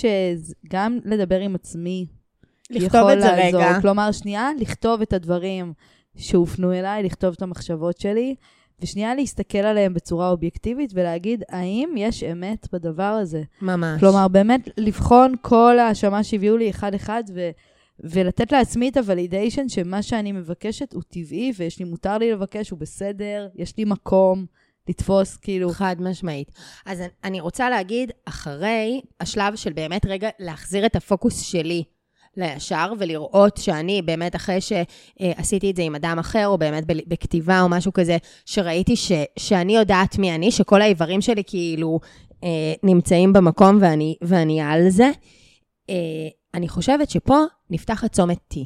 שגם לדבר עם עצמי, לכתוב את זה רגע. כלומר, שנייה, לכתוב את הדברים שהופנו אליי, לכתוב את המחשבות שלי, ושנייה להסתכל עליהם בצורה אובייקטיבית, ולהגיד, האם יש אמת בדבר הזה? ממש. כלומר, באמת לבחון כל האשמה שהביאו לי אחד-אחד, ו- ולתת לעצמי את הוולידיישן, שמה שאני מבקשת הוא טבעי, ויש לי מותר לי לבקש, הוא בסדר, יש לי מקום לתפוס, כאילו. חד משמעית. אז אני רוצה להגיד, אחרי השלב של באמת רגע להחזיר את הפוקוס שלי, לישר, ולראות שאני באמת אחרי שעשיתי את זה עם אדם אחר, או באמת בכתיבה או משהו כזה, שראיתי ש, שאני יודעת מי אני, שכל האיברים שלי כאילו אה, נמצאים במקום ואני, ואני על זה. אה, אני חושבת שפה נפתחת צומת T,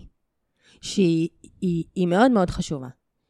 שהיא היא, היא מאוד מאוד חשובה.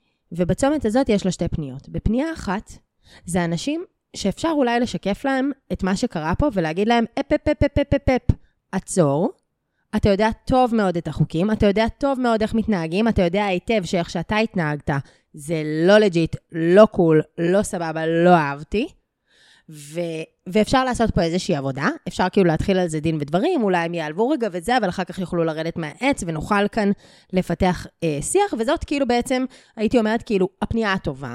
ובצומת הזאת יש לה שתי פניות. בפנייה אחת, זה אנשים שאפשר אולי לשקף להם את מה שקרה פה, ולהגיד להם, אפ, אפ, אפ, אפ, אפ, אפ, אפ, עצור, אתה יודע טוב מאוד את החוקים, אתה יודע טוב מאוד איך מתנהגים, אתה יודע היטב שאיך שאתה התנהגת, זה לא לג'יט, לא קול, לא סבבה, לא אהבתי, ו... ואפשר לעשות פה איזושהי עבודה, אפשר כאילו להתחיל על זה דין ודברים, אולי הם יעלבו רגע וזה, אבל אחר כך יוכלו לרדת מהעץ, ונוכל כאן לפתח אה, שיח, וזאת כאילו בעצם, הייתי אומרת כאילו, הפנייה הטובה,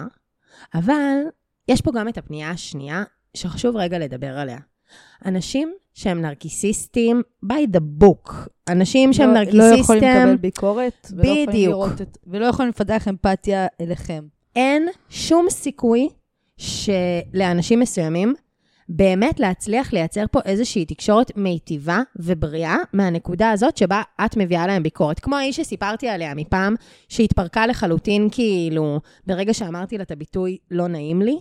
אבל יש פה גם את הפנייה השנייה, שחשוב רגע לדבר עליה. אנשים שהם נרקיסיסטים by the book. אנשים שהם לא, נרקיסיסטים... לא יכולים לקבל ביקורת, ולא בדיוק. יכולים לראות את, ולא יכולים לפתח אמפתיה אליכם. אין שום סיכוי שלאנשים מסוימים באמת להצליח לייצר פה איזושהי תקשורת מיטיבה ובריאה מהנקודה הזאת שבה את מביאה להם ביקורת. כמו האיש שסיפרתי עליה מפעם, שהתפרקה לחלוטין כאילו, ברגע שאמרתי לה את הביטוי לא נעים לי.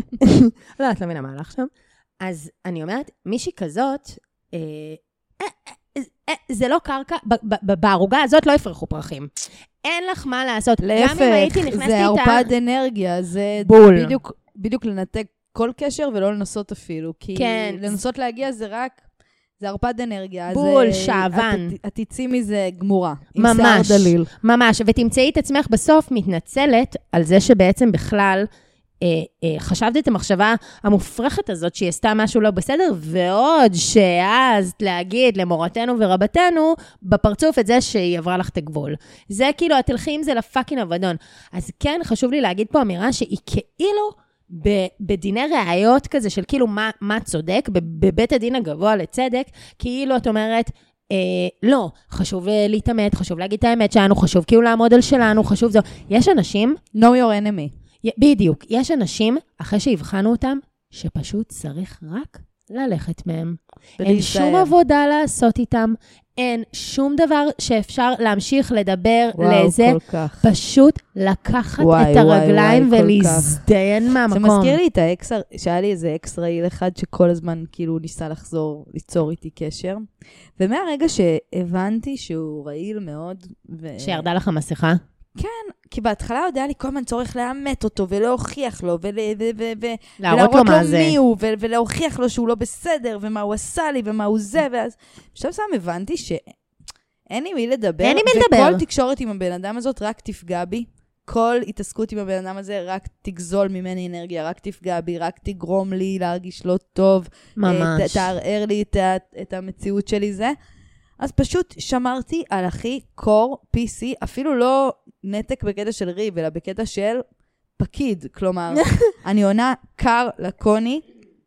לא, את לא מבינה מה הלך שם. אז אני אומרת, מישהי כזאת, אה, אה, אה, אה, זה לא קרקע, בערוגה הזאת לא יפרחו פרחים. אין לך מה לעשות. להפך, זה ערפד אנרגיה, זה בול. בדיוק, בדיוק לנתק כל קשר ולא לנסות אפילו, כי כן. לנסות להגיע זה רק, זה ערפד אנרגיה. בול, שעבן. את תצאי מזה גמורה. ממש, עם שיער דליל. ממש, ותמצאי את עצמך בסוף מתנצלת על זה שבעצם בכלל... חשבת את המחשבה המופרכת הזאת שהיא עשתה משהו לא בסדר, ועוד שאז להגיד למורתנו ורבתנו בפרצוף את זה שהיא עברה לך את הגבול. זה כאילו, התלכי עם זה לפאקינג אבדון. אז כן, חשוב לי להגיד פה אמירה שהיא כאילו בדיני ראיות כזה של כאילו מה, מה צודק, בבית הדין הגבוה לצדק, כאילו את אומרת, אה, לא, חשוב להתאמת, חשוב להגיד את האמת שלנו, חשוב כאילו לעמוד על שלנו, חשוב זו. יש אנשים... know your enemy. בדיוק, יש אנשים, אחרי שהבחנו אותם, שפשוט צריך רק ללכת מהם. אין שום עבודה לעשות איתם, אין שום דבר שאפשר להמשיך לדבר לזה, פשוט לקחת את הרגליים ולהזדיין מהמקום. זה מזכיר לי את האקסר, שהיה לי איזה אקסראיל אחד שכל הזמן כאילו ניסה לחזור, ליצור איתי קשר, ומהרגע שהבנתי שהוא רעיל מאוד, שירדה לך מסכה? כן, כי בהתחלה עוד היה לי כל הזמן צורך לאמת אותו, ולהוכיח לו, ולהראות לו מה זה. מי הוא, ולהוכיח לו שהוא לא בסדר, ומה הוא עשה לי, ומה הוא זה, ואז עכשיו סתם הבנתי שאין לי מי לדבר, אין לי מי לדבר. וכל תקשורת עם הבן אדם הזאת רק תפגע בי, כל התעסקות עם הבן אדם הזה רק תגזול ממני אנרגיה, רק תפגע בי, רק תגרום לי להרגיש לא טוב, ממש. תערער לי את המציאות שלי זה. אז פשוט שמרתי על הכי קור פי סי, אפילו לא נתק בקטע של ריב, אלא בקטע של פקיד. כלומר, אני עונה קר, לקוני,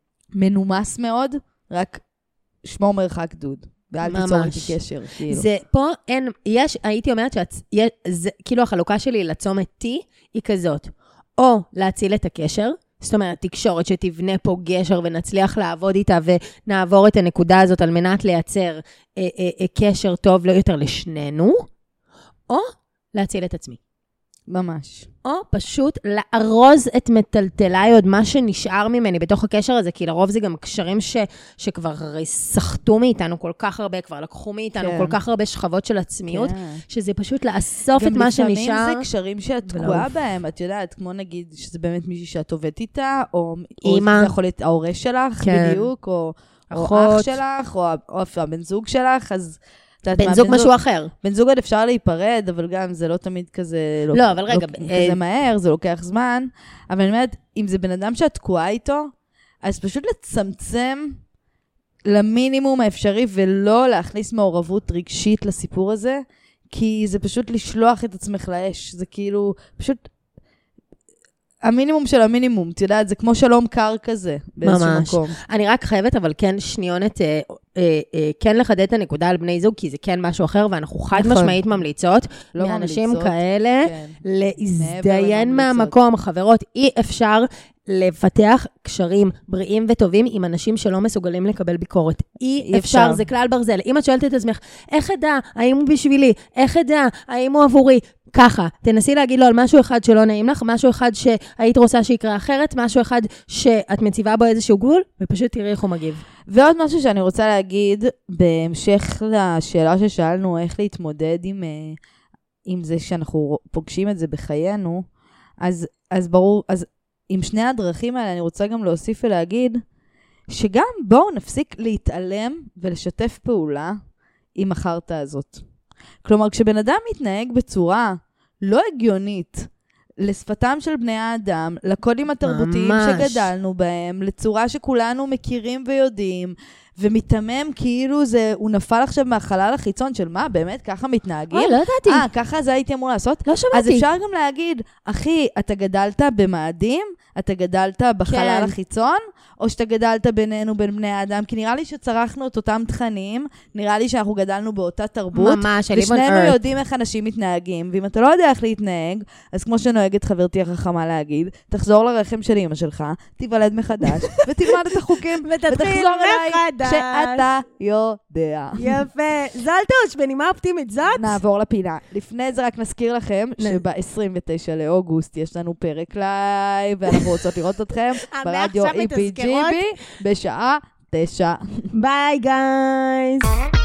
מנומס מאוד, רק שמור מרחק דוד. ואל תיצור איתי קשר. כאילו. זה פה אין, יש, הייתי אומרת שכאילו החלוקה שלי לצומת T היא כזאת. או להציל את הקשר, זאת אומרת, תקשורת שתבנה פה גשר ונצליח לעבוד איתה ונעבור את הנקודה הזאת על מנת לייצר אה, אה, אה, קשר טוב לא יותר לשנינו, או להציל את עצמי. ממש. או פשוט לארוז את מטלטליי, עוד מה שנשאר ממני בתוך הקשר הזה, כי לרוב זה גם קשרים ש, שכבר הרי סחטו מאיתנו כל כך הרבה, כבר לקחו מאיתנו כן. כל כך הרבה שכבות של עצמיות, כן. שזה פשוט לאסוף את מה שנשאר. גם לפעמים זה קשרים שאת תקועה בהם, את יודעת, כמו נגיד שזה באמת מישהי שאת עובדת איתה, או, או זה יכול להיות ההורה שלך כן. בדיוק, או, או אח שלך, או, או הבן זוג שלך, אז... בן זוג משהו אחר. בן זוג עוד אפשר להיפרד, אבל גם זה לא תמיד כזה... לא, אבל רגע... כזה מהר, זה לוקח זמן. אבל אני אומרת, אם זה בן אדם שאת תקועה איתו, אז פשוט לצמצם למינימום האפשרי, ולא להכניס מעורבות רגשית לסיפור הזה, כי זה פשוט לשלוח את עצמך לאש. זה כאילו, פשוט... המינימום של המינימום, את יודעת, זה כמו שלום קר כזה, באיזשהו ממש. מקום. אני רק חייבת, אבל כן שניונת, אה, אה, אה, כן לחדד את הנקודה על בני זוג, כי זה כן משהו אחר, ואנחנו חד נכון. משמעית ממליצות, לא מאנשים ממליצות, כאלה, כן. להזדיין מהמקום, חברות, אי אפשר לפתח קשרים בריאים וטובים עם אנשים שלא מסוגלים לקבל ביקורת. אי, אי אפשר, אפשר, זה כלל ברזל. אם את שואלת את עצמך, איך אדע, האם הוא בשבילי, איך אדע, האם הוא עבורי, ככה, תנסי להגיד לו על משהו אחד שלא נעים לך, משהו אחד שהיית רוצה שיקרה אחרת, משהו אחד שאת מציבה בו איזשהו גבול, ופשוט תראי איך הוא מגיב. ועוד משהו שאני רוצה להגיד, בהמשך לשאלה ששאלנו, איך להתמודד עם, עם זה שאנחנו פוגשים את זה בחיינו, אז, אז ברור, אז עם שני הדרכים האלה אני רוצה גם להוסיף ולהגיד, שגם בואו נפסיק להתעלם ולשתף פעולה עם החרטה הזאת. כלומר, כשבן אדם מתנהג בצורה לא הגיונית לשפתם של בני האדם, לקודים התרבותיים ממש. שגדלנו בהם, לצורה שכולנו מכירים ויודעים, ומתאמם כאילו זה, הוא נפל עכשיו מהחלל החיצון של מה, באמת ככה מתנהגים? אוי, לא ידעתי. אה, ככה זה הייתי אמור לעשות? לא שמעתי. אז אפשר גם להגיד, אחי, אתה גדלת במאדים? אתה גדלת בחלל כן. החיצון? או שאתה גדלת בינינו, בין בני האדם? כי נראה לי שצרכנו את אותם תכנים, נראה לי שאנחנו גדלנו באותה תרבות, ממש, ושנינו יודעים איך אנשים מתנהגים, ואם אתה לא יודע איך להתנהג, אז כמו שנוהגת חברתי החכמה להגיד, תחזור לרחם של אמא שלך, תיוולד מחדש, ותלמד את החוקים, ותחזור אליי שאתה יודע. יפה. זלטוש, בנימה אופטימית, זאת? נעבור לפינה. לפני זה רק נזכיר לכם, שב-עשרים ותשעה לאוגוסט יש לנו פרק לייב, ואנחנו רוצות לראות אתכם ברדיו אי פי ג'י בי בשעה תשע. ביי גייז.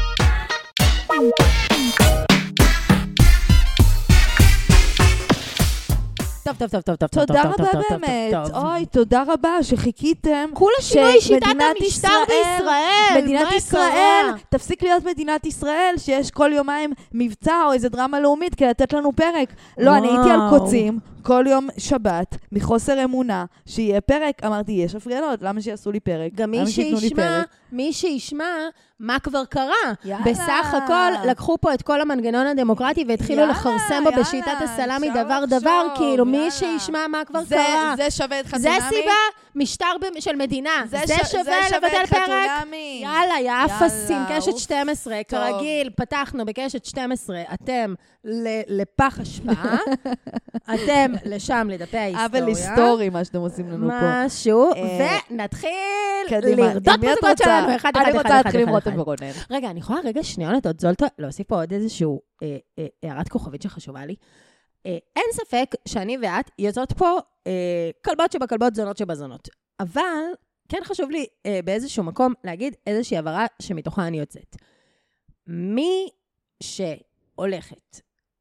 טוב, טוב, טוב, טוב, טוב, תודה רבה באמת. אוי, תודה רבה שחיכיתם. כולה שינוי שיטת המשטר בישראל. מדינת ישראל, תפסיק להיות מדינת ישראל, שיש כל יומיים מבצע או איזה דרמה לאומית כדי לתת לנו פרק. לא, אני הייתי על קוצים. כל יום שבת, מחוסר אמונה, שיהיה פרק, אמרתי, יש הפגנות, למה שיעשו לי פרק? גם מי שישמע, מי שישמע, מה כבר קרה? יאללה. בסך הכל, לקחו פה את כל המנגנון הדמוקרטי, והתחילו יאללה, לחרסם בו יאללה, בשיטת הסלאמי דבר דבר, דבר, כאילו יאללה. מי שישמע מה כבר זה, קרה. זה שווה את חתונמי? זה סיבה, משטר של מדינה. זה, זה ש... שווה לבטל פרק? חתונמי. יאללה, יא אפסים, קשת שתים עשרה, טוב. כרגיל, פתחנו בקשת שתים עשרה, אתם לפח השפעה, אתם לשם לדפי ההיסטוריה. אבל היסטורי, מה שאתם עושים לנו פה. משהו, ונתחיל לרדות בזוגות שלנו, אחד, אחד, אחד, אני רוצה להתחיל עם רותם ורונן. רגע, אני יכולה רגע שניונת עוד זולטו, להוסיף פה עוד איזשהו הערת כוכבית שחשובה לי. אין ספק שאני ואת יוצאות פה כלבות שבכלבות, זונות שבזונות. אבל כן חשוב לי באיזשהו מקום להגיד איזושהי הבהרה שמתוכה אני יוצאת. מי שהולכת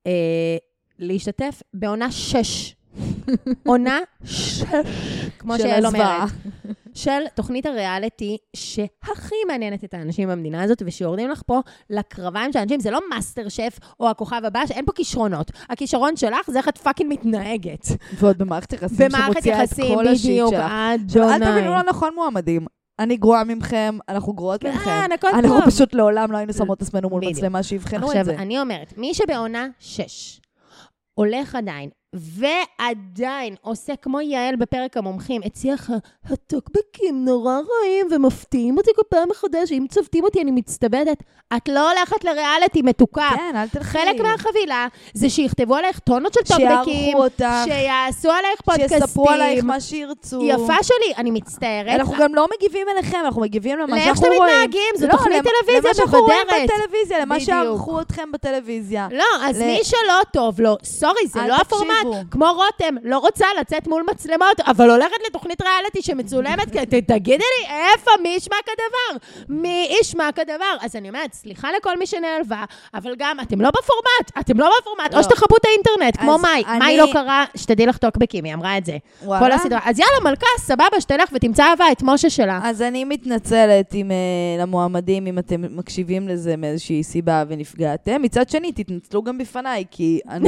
להשתתף בעונה שש, עונה שש, כמו שאל אומרת, של תוכנית הריאליטי שהכי מעניינת את האנשים במדינה הזאת, ושיורדים לך פה לקרביים של האנשים, זה לא מאסטר שף או הכוכב הבא, שאין פה כישרונות. הכישרון שלך זה איך את פאקינג מתנהגת. ועוד במערכת יחסים שמוציאה את כל השיט שלך. אל תבינו לא נכון מועמדים. אני גרועה ממכם, אנחנו גרועות ממכם. אנחנו פשוט לעולם לא היינו שמות עצמנו מול מצלמה שיבחנו את זה. עכשיו, אני אומרת, מי שבעונה שש הולך עדיין, ועדיין עושה כמו יעל בפרק המומחים, הציח הטוקבקים נורא רעים ומפתיעים אותי כל פעם מחדש, אם צוותים אותי אני מצטבדת, את לא הולכת לריאליטי מתוקה. כן, אל תלכי. חלק מהחבילה זה שיכתבו עליך טונות של טוקבקים, שיעשו עליך פודקאסטים, שיספרו עלייך מה שירצו. יפה שלי, אני מצטערת. אנחנו גם לא מגיבים אליכם, אנחנו מגיבים למה שאנחנו רואים. לאיך שאתם מתנהגים, זו תוכנית טלוויזיה מבדרת. למה שערכו אתכם בטלוויזיה. לא, אז מי שלא טוב לו, סורי, זה לא הפורמט. כמו רותם, לא רוצה לצאת מול מצלמות, אבל הולכת לתוכנית ריאליטי שמצולמת, תגידי לי, איפה מי ישמע כדבר? מי ישמע כדבר? אז אני אומרת, סליחה לכל מי שנעלבה, אבל גם, אתם לא בפורמט, אתם לא בפורמט, או שתחבו את האינטרנט, כמו מאי. מאי לא קרה, שתדעי לך טוקבקים, היא אמרה את זה. כל הסדרה. אז יאללה, מלכה, סבבה, שתלך ותמצא אהבה את משה שלה. אז אני מתנצלת עם למועמדים, אם אתם מקשיבים לזה מאיזושהי סיבה ונפגעתם. מצד שני, תתנצלו גם בפניי, כי אני...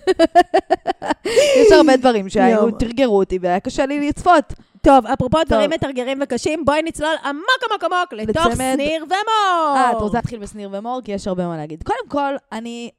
יש הרבה דברים שהיו, תרגרו אותי, והיה קשה לי לצפות. טוב, אפרופו דברים מתרגרים וקשים, בואי נצלול עמוק עמוק עמוק לתוך שניר ומור. אה, את רוצה להתחיל בסניר ומור? כי יש הרבה מה להגיד. קודם כל, אני...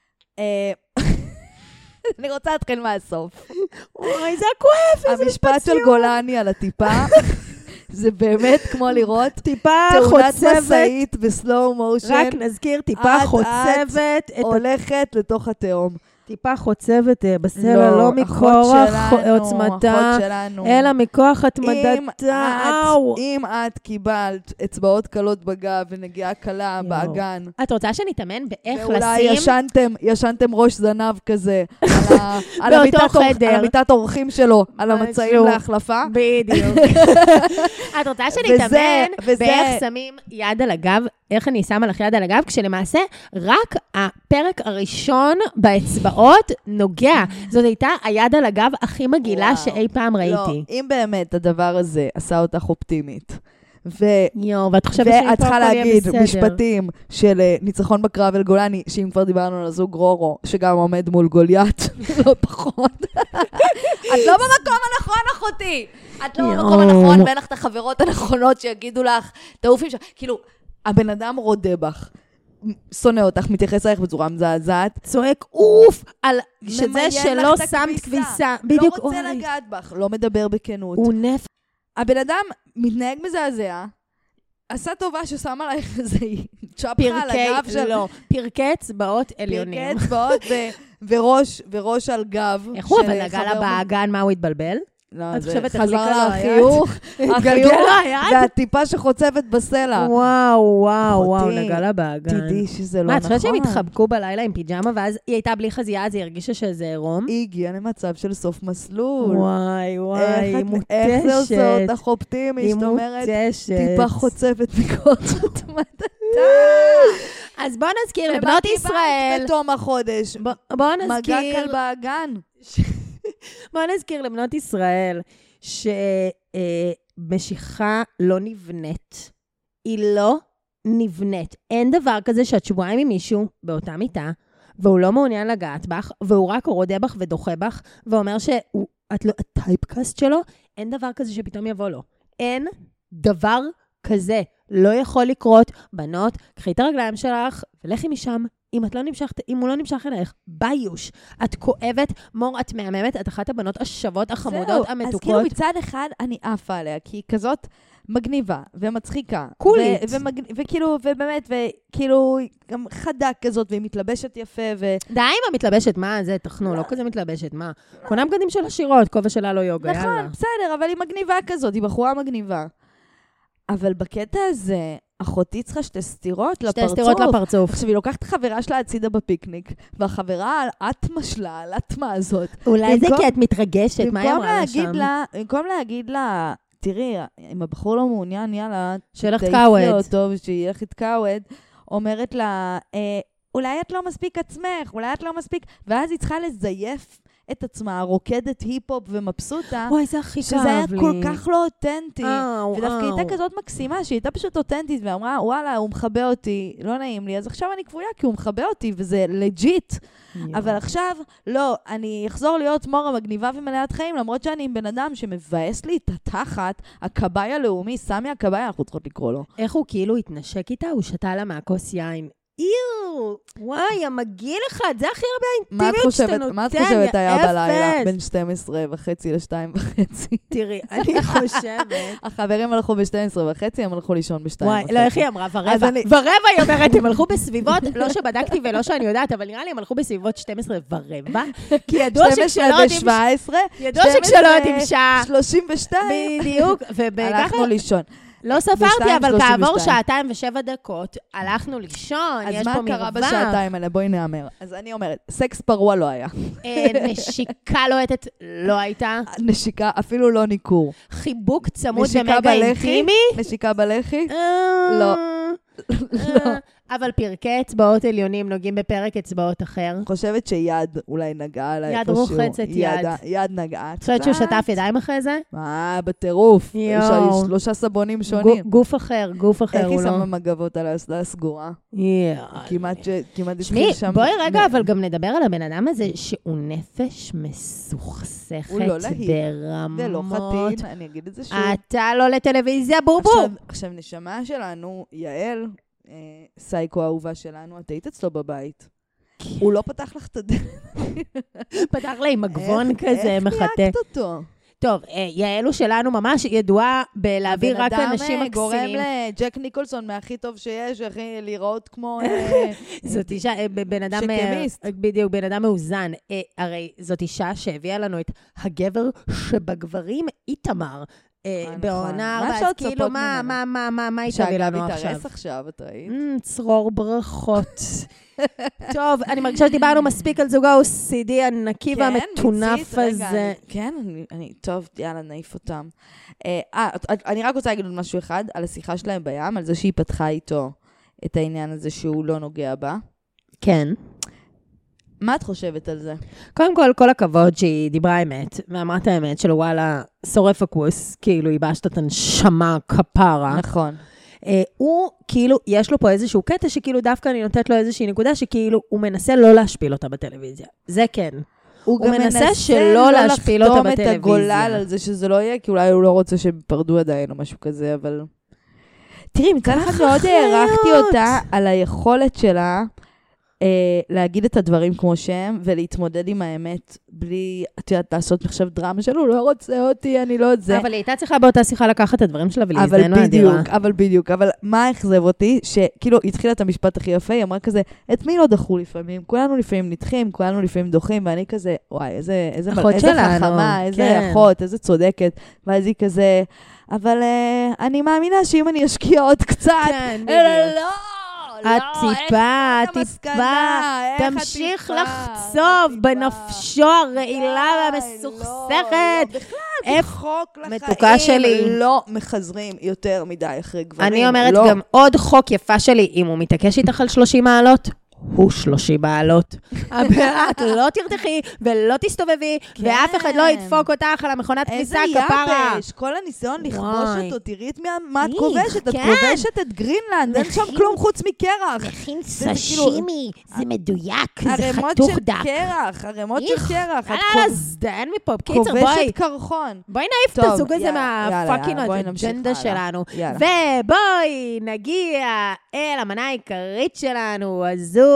אני רוצה להתחיל מהסוף. אוי, זה כואב, איזה המשפט של גולני על הטיפה, זה באמת כמו לראות טיפה תאונת חוצבת, מסעית בסלואו מושן. רק נזכיר, טיפה חוצבת, הולכת לתוך התהום. טיפה חוצבת בסלע, לא מכורח עוצמתה, אלא מכוח התמדתה. אם את קיבלת אצבעות קלות בגב ונגיעה קלה באגן. את רוצה שנתאמן באיך לשים? ואולי ישנתם, ישנתם ראש זנב כזה, על המיטת אורחים שלו, על המצעים להחלפה. בדיוק. את רוצה שנתאמן באיך שמים יד על הגב? איך אני שמה לך יד על הגב, כשלמעשה רק הפרק הראשון באצבעות נוגע. זאת הייתה היד על הגב הכי מגעילה שאי פעם ראיתי. לא, אם באמת הדבר הזה עשה אותך אופטימית, ו... יו, ואת חושבת ואת צריכה להגיד משפטים של ניצחון בקרב אל גולני, שאם כבר דיברנו על הזוג רורו, שגם עומד מול גוליית, לא פחות. את לא במקום הנכון, אחותי. את לא במקום הנכון, ואין לך את החברות הנכונות שיגידו לך, תעופים שם. כאילו, הבן אדם רודה בך, שונא אותך, מתייחס עליך בצורה מזעזעת, צועק אוף, על שזה שלא שמת כביסה. לא רוצה לגעת בך, לא מדבר בכנות. הוא נפ... הבן אדם מתנהג מזעזע, עשה טובה ששם עלייך איזה צ'פחה על הגב של... לא, פרקי אצבעות עליונים. פרקי אצבעות וראש, וראש על גב. איך הוא אבל נגע לה באגן, מה הוא התבלבל? לא, זה חזר לה החיוך, החיוך והטיפה שחוצבת בסלע. וואו, וואו, וואו, נגע לה באגן. תדעי שזה לא נכון. מה, את חושבת שהם התחבקו בלילה עם פיג'מה, ואז היא הייתה בלי חזייה, אז היא הרגישה שזה עירום? היא הגיעה למצב של סוף מסלול. וואי, וואי, היא מוטשת. איך זה עושה אותך אופטימית? זאת אומרת, טיפה חוצבת מכל זאת מדתה. אז בואו נזכיר לבנות ישראל. בתום החודש. בואו נזכיר. מגע קל באגן. בואו נזכיר לבנות ישראל שמשיכה לא נבנית. היא לא נבנית. אין דבר כזה שאת שבועיים עם מישהו באותה מיטה, והוא לא מעוניין לגעת בך, והוא רק רודה בך ודוחה בך, ואומר שאת לא הטייפקאסט שלו, אין דבר כזה שפתאום יבוא לו. אין דבר כזה. לא יכול לקרות. בנות, קחי את הרגליים שלך ולכי משם. אם את לא נמשכת, אם הוא לא נמשך אליך, ביוש. את כואבת, מור, את מהממת, את אחת הבנות השוות, החמודות, המתוקות. אז כאילו מצד אחד אני עפה עליה, כי היא כזאת מגניבה ומצחיקה. קולית. וכאילו, ובאמת, וכאילו, גם חדה כזאת, והיא מתלבשת יפה, ו... די עם המתלבשת, מה? זה תכנו, לא כזה מתלבשת, מה? קונה בגדים של השירות, כובע שלה לא יוגה, יאללה. נכון, בסדר, אבל היא מגניבה כזאת, היא בחורה מגניבה. אבל בקטע הזה, אחותי צריכה שתי סתירות לפרצוף. שתי סתירות לפרצוף. עכשיו, היא לוקחת חברה שלה הצידה בפיקניק, והחברה על אטמה שלה, על אטמה הזאת. אולי זה כי את מתרגשת, מה היא אמרה לה שם? במקום להגיד לה, תראי, אם הבחור לא מעוניין, יאללה, שילך תקאווד. אותו ושילך תקאווד, אומרת לה, אולי את לא מספיק עצמך, אולי את לא מספיק, ואז היא צריכה לזייף את עצמה, רוקדת היפ-הופ ומבסוטה. וואי, זה הכי כאב לי. שזה היה כל כך לא אותנטי. ודווקא הייתה כזאת מקסימה, שהיא הייתה פשוט אותנטית, ואמרה, וואלה, הוא מחבא אותי, לא נעים לי, אז עכשיו אני כבויה, כי הוא מחבא אותי, וזה לג'יט. אבל עכשיו, לא, אני אחזור להיות מורה מגניבה ומלאת חיים, למרות שאני עם בן אדם שמבאס לי את התחת, הקבאי הלאומי, סמי הקבאי, אנחנו צריכות לקרוא לו. איך הוא כאילו התנשק איתה? הוא שתה לה מהכוס יין. איו, וואי, המגיל אחד, זה הכי הרבה אינטימיות שאתה נותן, מה את חושבת היה בלילה? בין שתים עשרה וחצי ל-שתיים וחצי. תראי, אני חושבת. החברים הלכו ב-שתים עשרה וחצי, הם הלכו לישון ב-שתיים וחצי. וואי, לא, איך היא אמרה? ורבע. ורבע היא אומרת, הם הלכו בסביבות, לא שבדקתי ולא שאני יודעת, אבל נראה לי הם הלכו בסביבות שתים עשרה ורבע, כי ידוע שכשלא יודעים שעה, שלושים ושתיים. בדיוק, הלכנו לישון. לא ספרתי, אבל כעבור שעתיים ושבע דקות, הלכנו לישון, יש פה מרווח. אז מה קרה בשעתיים האלה? בואי נאמר. אז אני אומרת, סקס פרוע לא היה. נשיקה לוהטת לא הייתה. נשיקה, אפילו לא ניכור. חיבוק צמוד ומגע אינטימי? נשיקה בלחי? לא. לא. אבל פרקי אצבעות עליונים נוגעים בפרק אצבעות אחר. חושבת שיד אולי נגעה עליי יד רוחצת יד. יד נגעה. חושבת שהוא שטף ידיים אחרי זה? מה, בטירוף. יש שלושה סבונים שונים. גוף אחר, גוף אחר. איך היא שמה מגבות על האסלה סגורה? כמעט התחיל שם. בואי רגע, אבל גם נדבר על הבן אדם הזה, שהוא נפש מסוכסכת ברמות. זה לא חתין, אני אגיד את זה שוב. אתה לא לטלוויזיה, בורבור. עכשיו, נשמה שלנו, יעל, סייקו האהובה שלנו, את היית אצלו בבית. הוא לא פתח לך את הדלת. פתח לה עם מגבון כזה, מחטא. איך ניאקת אותו? טוב, יעלו שלנו ממש ידועה בלהביא רק אנשים מקסימים. גורם לג'ק ניקולסון מהכי טוב שיש, הכי לראות כמו... זאת אישה, בן אדם... שקמיסט. בדיוק, בן אדם מאוזן. הרי זאת אישה שהביאה לנו את הגבר שבגברים איתמר. בעונה ארבע, כאילו מה, מה, מה, מה, מה היא תביא לנו עכשיו? מתארס עכשיו, את ראית? צרור ברכות. טוב, אני מרגישה שדיברנו מספיק על זוג ה-או סי די הנקי והמטונף הזה. כן, אני, טוב, יאללה, נעיף אותם. אני רק רוצה להגיד עוד משהו אחד, על השיחה שלהם בים, על זה שהיא פתחה איתו את העניין הזה שהוא לא נוגע בה. כן. מה את חושבת על זה? קודם כל, כל הכבוד שהיא דיברה אמת, ואמרת האמת שלו, וואלה, שורף הכוס, כאילו, היא באשת את הנשמה כפרה. נכון. אה, הוא, כאילו, יש לו פה איזשהו קטע, שכאילו דווקא אני נותנת לו איזושהי נקודה, שכאילו, הוא מנסה לא להשפיל אותה בטלוויזיה. זה כן. הוא, הוא מנסה, מנסה שלא להשפיל אותה בטלוויזיה. את הגולל על זה שזה לא יהיה, כי אולי הוא לא רוצה שהם פרדו עדיין או משהו כזה, אבל... תראי, מצד אחד מאוד הערכתי אותה על היכולת שלה, להגיד את הדברים כמו שהם, ולהתמודד עם האמת, בלי, את יודעת, לעשות עכשיו דרמה שלו, לא רוצה אותי, אני לא את זה. אבל היא הייתה צריכה באותה שיחה לקחת את הדברים שלה, ולהזדהן מהדירה. אבל בדיוק, אבל בדיוק, אבל מה אכזב אותי? שכאילו, התחילה את המשפט הכי יפה, היא אמרה כזה, את מי לא דחו לפעמים? כולנו לפעמים נדחים, כולנו לפעמים דוחים, ואני כזה, וואי, איזה, איזה, איזה חכמה, איזה אחות, איזה צודקת, ואז היא כזה, אבל אני מאמינה שאם אני אשקיע עוד קצת, אלא לא! הטיפה, הטיפה, תמשיך לחצוב בנפשו הרעילה והמסוכסכת. בכלל, תחוק לחיים, לא מחזרים יותר מדי אחרי גברים. אני אומרת גם עוד חוק יפה שלי, אם הוא מתעקש איתך על שלושים מעלות, הוא שלושים מעלות. את לא תרתחי ולא תסתובבי, ואף אחד לא ידפוק אותך על המכונת כניסה כפרה. איזה יבש, כל הניסיון לכבוש אותו, תראי את מה את כובשת, את כובשת את גרינלנד, אין שם כלום חוץ מקרח. מכין סשימי, זה מדויק, זה חתוך דק. הרמות של קרח, אז דן מפה, בקיצר, בואי. כובשת קרחון. בואי נעיף את הזוג הזה מהפאקינג אג'נדה שלנו. ובואי נגיע אל המנה העיקרית שלנו, הזוג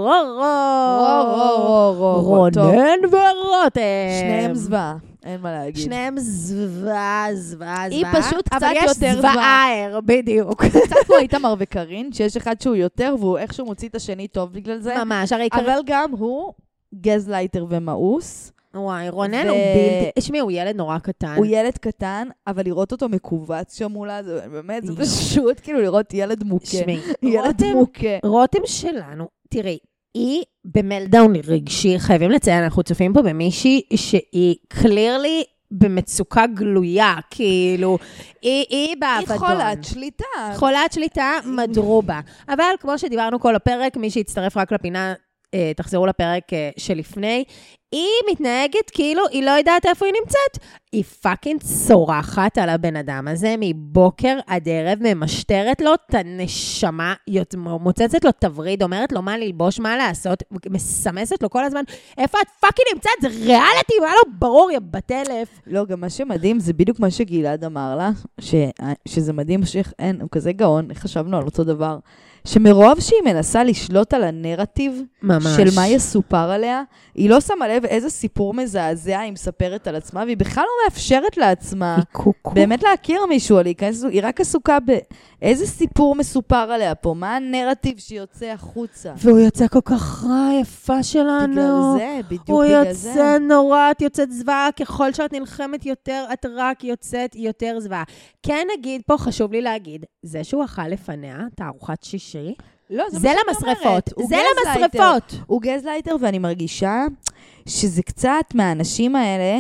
רונן ורותם. שניהם זוועה, אין מה להגיד. שניהם זוועה, זוועה, זוועה. היא פשוט קצת יותר זוועה. אבל יש זוועה, בדיוק. קצת כמו איתמר וקרין, שיש אחד שהוא יותר, והוא איכשהו מוציא את השני טוב בגלל זה. ממש, הרי קרין. אבל גם הוא גזלייטר ומאוס. וואי, רונן הוא בלתי... תשמעי, הוא ילד נורא קטן. הוא ילד קטן, אבל לראות אותו מקובץ שם מולה, זה באמת, זה פשוט כאילו לראות ילד מוכה. תשמעי, ילד מוכה. רותם שלנו, תראי, היא במלדאון רגשי, חייבים לציין, אנחנו צופים פה במישהי שהיא קלירלי במצוקה גלויה, כאילו, היא, היא באבדון. היא חולת שליטה. חולת שליטה, מדרובה. אבל כמו שדיברנו כל הפרק, מי שהצטרף רק לפינה, תחזרו לפרק שלפני, היא מתנהגת כאילו היא לא יודעת איפה היא נמצאת. היא פאקינג צורחת על הבן אדם הזה, מבוקר עד ערב, ממשטרת לו את הנשמה, מוצצת לו תבריד, אומרת לו מה ללבוש, מה לעשות, מסמסת לו כל הזמן, איפה את פאקינג נמצאת? זה ריאליטי, מה לא ברור, יא בטלף. לא, גם מה שמדהים, זה בדיוק מה שגלעד אמר לה, ש... שזה מדהים שאין, הוא כזה גאון, חשבנו על אותו דבר. שמרוב שהיא מנסה לשלוט על הנרטיב ממש. של מה יסופר עליה, היא לא שמה לב לב איזה סיפור מזעזע היא מספרת על עצמה, והיא בכלל לא מאפשרת לעצמה. היא קוקו. באמת להכיר מישהו, היא רק עסוקה באיזה סיפור מסופר עליה פה, מה הנרטיב שיוצא החוצה. והוא יוצא כל כך רע, יפה שלנו. בגלל זה, בדיוק הוא בגלל זה. הוא יוצא נורא, את יוצאת זוועה, ככל שאת נלחמת יותר, את רק יוצאת יותר זוועה. כן נגיד, פה חשוב לי להגיד, זה שהוא אכל לפניה, תערוכת שישי, לא, זה, זה למשרפות, זה למשרפות. הוא גזלייטר, ואני מרגישה שזה קצת מהאנשים האלה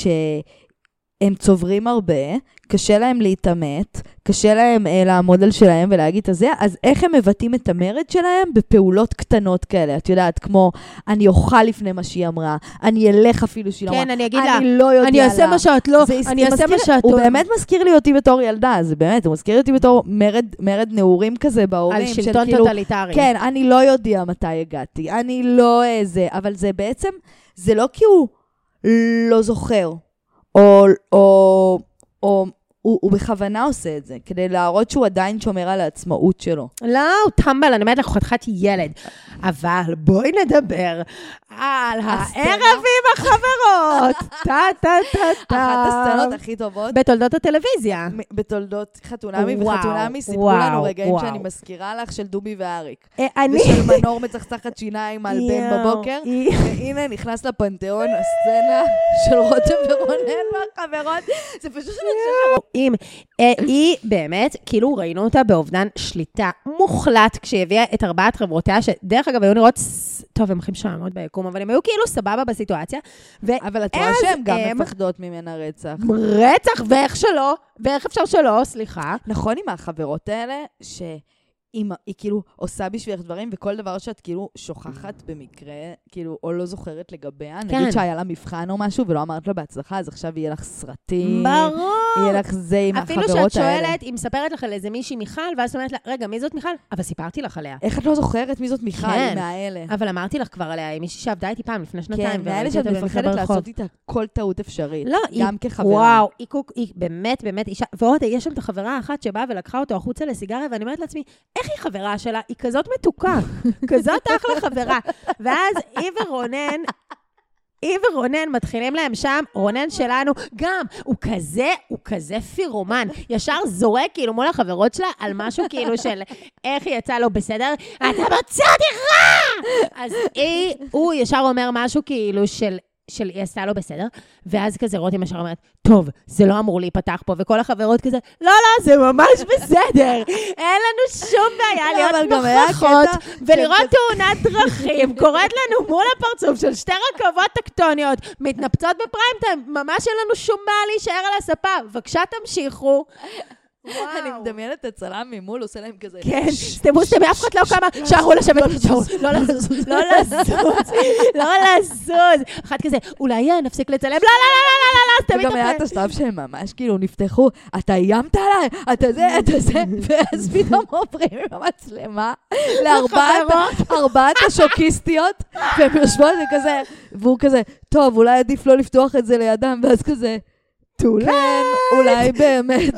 שהם צוברים הרבה, קשה להם להתאמת, קשה להם אה, לעמוד על שלהם ולהגיד את זה, אז איך הם מבטאים את המרד שלהם בפעולות קטנות כאלה? את יודעת, כמו, אני אוכל לפני מה שהיא אמרה, אני אלך אפילו שהיא לא אמרה, כן, אני אגיד לה, אני לא יודע אני אעשה מה שאת לא, אני אעשה מה שאת לא. הוא באמת מזכיר לי אותי בתור ילדה, זה באמת, הוא מזכיר לי אותי בתור מרד, מרד נעורים כזה בהורים. על שלטון כאילו, טוטליטרי. כן, אני לא יודע מתי הגעתי, אני לא איזה, אבל זה בעצם, זה לא כי הוא לא זוכר, או, או, או, הוא, הוא בכוונה עושה את זה, כדי להראות שהוא עדיין שומר על העצמאות שלו. לא, הוא טמבל, אני אומרת לך, חתיכת ילד. אבל בואי נדבר על הערב עם החברות. טה, טה, טה, טה. אחת הסצנות הכי טובות. בתולדות הטלוויזיה. בתולדות חתונמי, וחתונמי סיפרו וואו, לנו רגעים וואו. שאני מזכירה לך של דובי ואריק. אני... ושל מנור מצחצחת שיניים על בן בבוקר. והנה נכנס לפנתיאון הסצנה של רותם ורונן והחברות. זה פשוט אם היא באמת, כאילו ראינו אותה באובדן שליטה מוחלט, כשהיא הביאה את ארבעת חברותיה, שדרך אגב היו נראות, טוב, הם הכי משעמות ביקום, אבל הם היו כאילו סבבה בסיטואציה. אבל את רואה שהן גם מפחדות ממנה רצח. רצח, ואיך שלא, ואיך אפשר שלא, סליחה. נכון עם החברות האלה, ש... היא, היא כאילו עושה בשבילך דברים, וכל דבר שאת כאילו שוכחת במקרה, כאילו, או לא זוכרת לגביה, כן. נגיד שהיה לה מבחן או משהו, ולא אמרת לה בהצלחה, אז עכשיו יהיה לך סרטים. ברור. יהיה לך זה עם החברות האלה. אפילו שאת שואלת, היא מספרת לך על איזה מישהי מיכל, ואז אומרת לה, רגע, מי זאת מיכל? אבל סיפרתי לך עליה. איך את לא זוכרת מי זאת מיכל? כן. מהאלה. אבל אמרתי לך כבר עליה, היא מישהי שעבדה איתי פעם, לפני שנתיים. כן, מהאלה שאת מפחדת לעשות איתה כל טעות אפשרית. לא, גם היא, כחברה. וואו, היא, היא באמת, באמת אישה, ועוד, יש שם את החברה האחת שבאה ולקחה אותו החוצה לסיגריה, ואני אומרת לעצמי, איך היא חברה שלה? היא כזאת מתוקה, כזאת אחלה חברה. ואז היא ורונן, היא ורונן מתחילים להם שם, רונן שלנו, גם, הוא כזה, הוא כזה פירומן, ישר זורק כאילו מול החברות שלה, על משהו כאילו של איך היא יצאה לו בסדר, אתה מוצא אותי רע! אז היא, הוא ישר אומר משהו כאילו של, של היא עשתה לו בסדר, ואז כזה רותם ישר אומרת, טוב, זה לא אמור להיפתח פה, וכל החברות כזה, לא, לא, זה ממש בסדר, אין לנו שום בעיה להיות נוכחות, ולראות תאונת דרכים, קוראת לנו מול הפרצוף של שתי רכבות טקטוניות, מתנפצות בפריים טיים, ממש אין לנו שום בעיה להישאר על הספה, בבקשה תמשיכו. אני מדמיינת את הצלם ממול, עושה להם כזה. כן, סתמו, סתמו, אף אחד לא כמה, שערו לשבת, לא לזוז, לא לזוז, לא לזוז. אחת כזה, אולי נפסיק לצלם, לא, לא, לא, לא, לא, לא, סתמי את וגם היה את השלב שהם ממש כאילו נפתחו, אתה איימת עליי, אתה זה, אתה זה, ואז פתאום עוברים עם המצלמה לארבעת השוקיסטיות, והם יושבות וכזה, והוא כזה, טוב, אולי עדיף לא לפתוח את זה לידם, ואז כזה, כן, אולי באמת.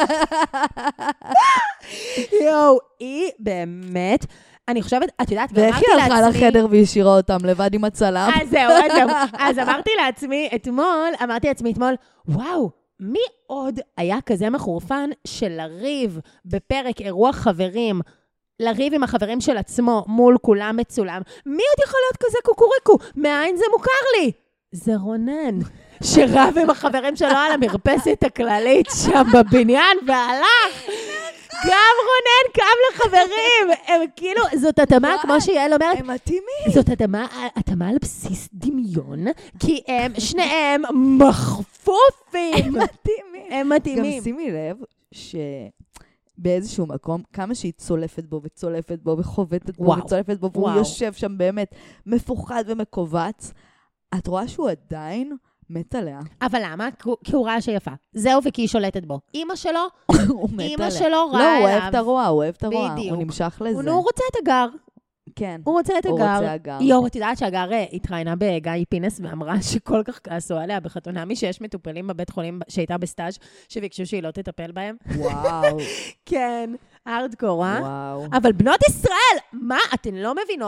יואו, היא באמת, אני חושבת, את יודעת, ואיך היא הלכה לחדר והשאירה אותם לבד עם הצלם? אז זהו, אז זהו. אז אמרתי לעצמי אתמול, אמרתי לעצמי אתמול, וואו, מי עוד היה כזה מחורפן של לריב בפרק אירוע חברים, לריב עם החברים של עצמו מול כולם מצולם? מי עוד יכול להיות כזה קוקוריקו? מאין זה מוכר לי? זה רונן. שרב עם החברים שלו על המרפסת הכללית שם בבניין, והלך. גם רונן קם לחברים. הם כאילו, זאת התאמה, כמו שיעל אומרת. הם מתאימים. זאת התאמה, התאמה על בסיס דמיון, כי הם, שניהם מחפופים. הם מתאימים. הם מתאימים. גם שימי לב ש... באיזשהו מקום, כמה שהיא צולפת בו וצולפת בו וחובטת בו וצולפת בו, והוא יושב שם באמת מפוחד ומקובץ, את רואה שהוא עדיין מת עליה. אבל למה? כי הוא ראה שיפה. זהו וכי היא שולטת בו. אמא שלו, אמא שלו ראה אליו. לא, הוא אוהב את הרוע, הוא אוהב את הרוע. הוא נמשך לזה. הוא רוצה את הגר. כן. הוא רוצה את הגר. הוא רוצה הגר. יו, את יודעת שהגר התראיינה בגיא פינס ואמרה שכל כך כעסו עליה בחתונמי, שיש מטופלים בבית חולים שהייתה בסטאז' שביקשו שהיא לא תטפל בהם. וואו. כן, ארדקור, אה? וואו. אבל בנות ישראל, מה? אתן לא מבינות?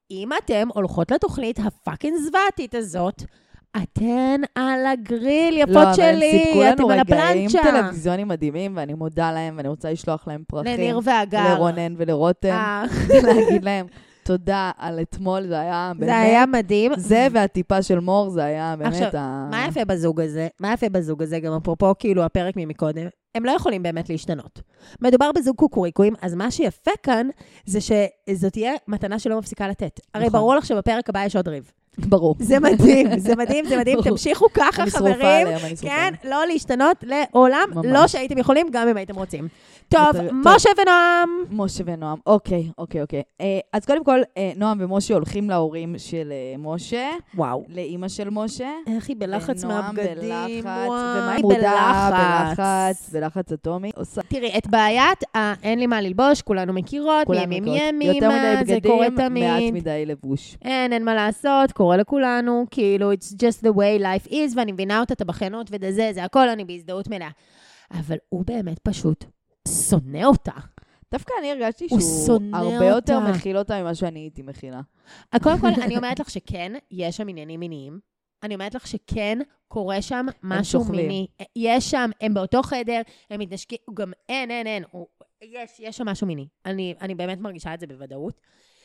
אם אתם הולכות לתוכנית הפאקינג זוועתית הזאת, אתן על הגריל, יפות לא, שלי, אתם על הפלנצ'ה. לא, אבל הם סיפקו לנו רגעים טלוויזיונים מדהימים, ואני מודה להם, ואני רוצה לשלוח להם פרחים. לניר והגר. לרונן ולרותם. להגיד להם, תודה על אתמול, זה היה באמת... זה היה מדהים. זה והטיפה של מור, זה היה באמת... עכשיו, מה יפה בזוג הזה? מה יפה בזוג הזה? גם אפרופו, כאילו, הפרק ממקודם. הם לא יכולים באמת להשתנות. מדובר בזוג קוקוריקויים, אז מה שיפה כאן, זה שזאת תהיה מתנה שלא מפסיקה לתת. הרי ברור לך שבפרק הבא יש עוד ריב. ברור. זה מדהים, זה מדהים, זה מדהים. תמשיכו ככה, חברים. כן, לא להשתנות לעולם, לא שהייתם יכולים, גם אם הייתם רוצים. טוב, משה ונועם. משה ונועם, אוקיי, אוקיי, אוקיי. אז קודם כל, נועם ומשה הולכים להורים של משה. וואו. לאמא של משה. איך היא בלחץ מהבגדים. ומה היא בלחץ? בלחץ, בלחץ אטומי. תראי, את בעיית, אין לי מה ללבוש, כולנו מכירות, ימים ימים, יותר מדי זה קורה בגדים, תמיד. מעט מדי לבוש. אין, אין מה לעשות, קורה לכולנו, כאילו, it's just the way life is, ואני מבינה אותה, את הבחנות וזה, זה הכל, אני בהזדהות מלאה. אבל הוא באמת פשוט שונא אותה. דווקא אני הרגשתי שהוא הרבה יותר מכיל אותה ממה שאני הייתי מכילה. קודם כל, אני אומרת לך שכן, יש שם עניינים מיניים. אני אומרת לך שכן, קורה שם משהו מיני. יש שם, הם באותו חדר, הם מתנשקים, גם אין, אין, אין. יש, יש שם משהו מיני. אני, אני באמת מרגישה את זה בוודאות.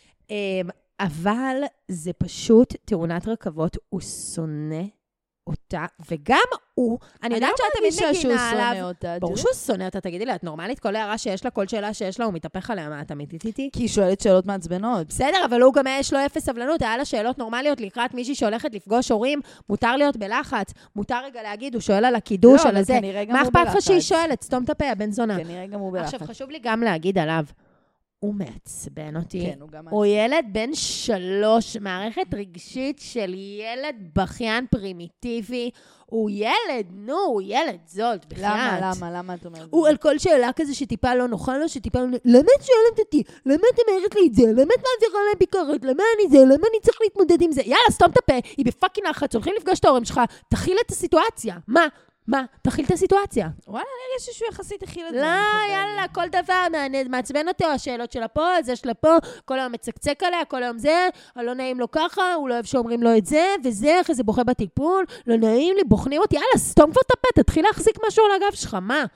אבל זה פשוט תאונת רכבות, הוא שונא אותה, וגם הוא, אני יודעת שאתה מתנגינה עליו, ברור שהוא שונא אותה, תגידי לי, את נורמלית, כל הערה שיש לה, כל שאלה שיש לה, הוא מתהפך עליה, מה אתה מתית איתי? כי היא שואלת שאלות מעצבנות. בסדר, אבל הוא גם יש לו אפס סבלנות, היה לה שאלות נורמליות לקראת מישהי שהולכת לפגוש הורים, מותר להיות בלחץ, מותר רגע להגיד, הוא שואל על הקידוש, על הזה, מה אכפת לך שהיא שואלת? סתום את הפה, הבן זונה. כנראה גם הוא בלחץ. עכשיו, חשוב לי גם להגיד עליו, הוא מעצבן אותי. כן, הוא גם מעצבן. הוא ילד בן שלוש, מערכת רגשית של ילד בכיין פרימיטיבי. הוא ילד, נו, הוא ילד זולט, בכיין. למה, למה, למה את אומרת? הוא על כל שאלה כזה שטיפה לא נוכל לו, שטיפה לא... למה את שואלת אותי? למה את אומרת לי את זה? למה את מעבירה להם ביקורת? למה אני זה? למה אני צריך להתמודד עם זה? יאללה, סתום את הפה, היא בפאקינג לחץ, הולכים לפגוש את ההורים שלך, תכיל את הסיטואציה. מה? מה? תכיל את הסיטואציה. וואלה, אני הרגש שהוא יחסית הכיל את זה. לא, יאללה, כל דבר מעצבן אותו, השאלות שלה פה, זה שלה פה, כל היום מצקצק עליה, כל היום זה, לא נעים לו ככה, הוא לא אוהב שאומרים לו את זה, וזה, אחרי זה בוכה בטיפול, לא נעים לי, בוחנים אותי, יאללה, סתום כבר את הפה, תתחיל להחזיק משהו על הגב שלך, מה?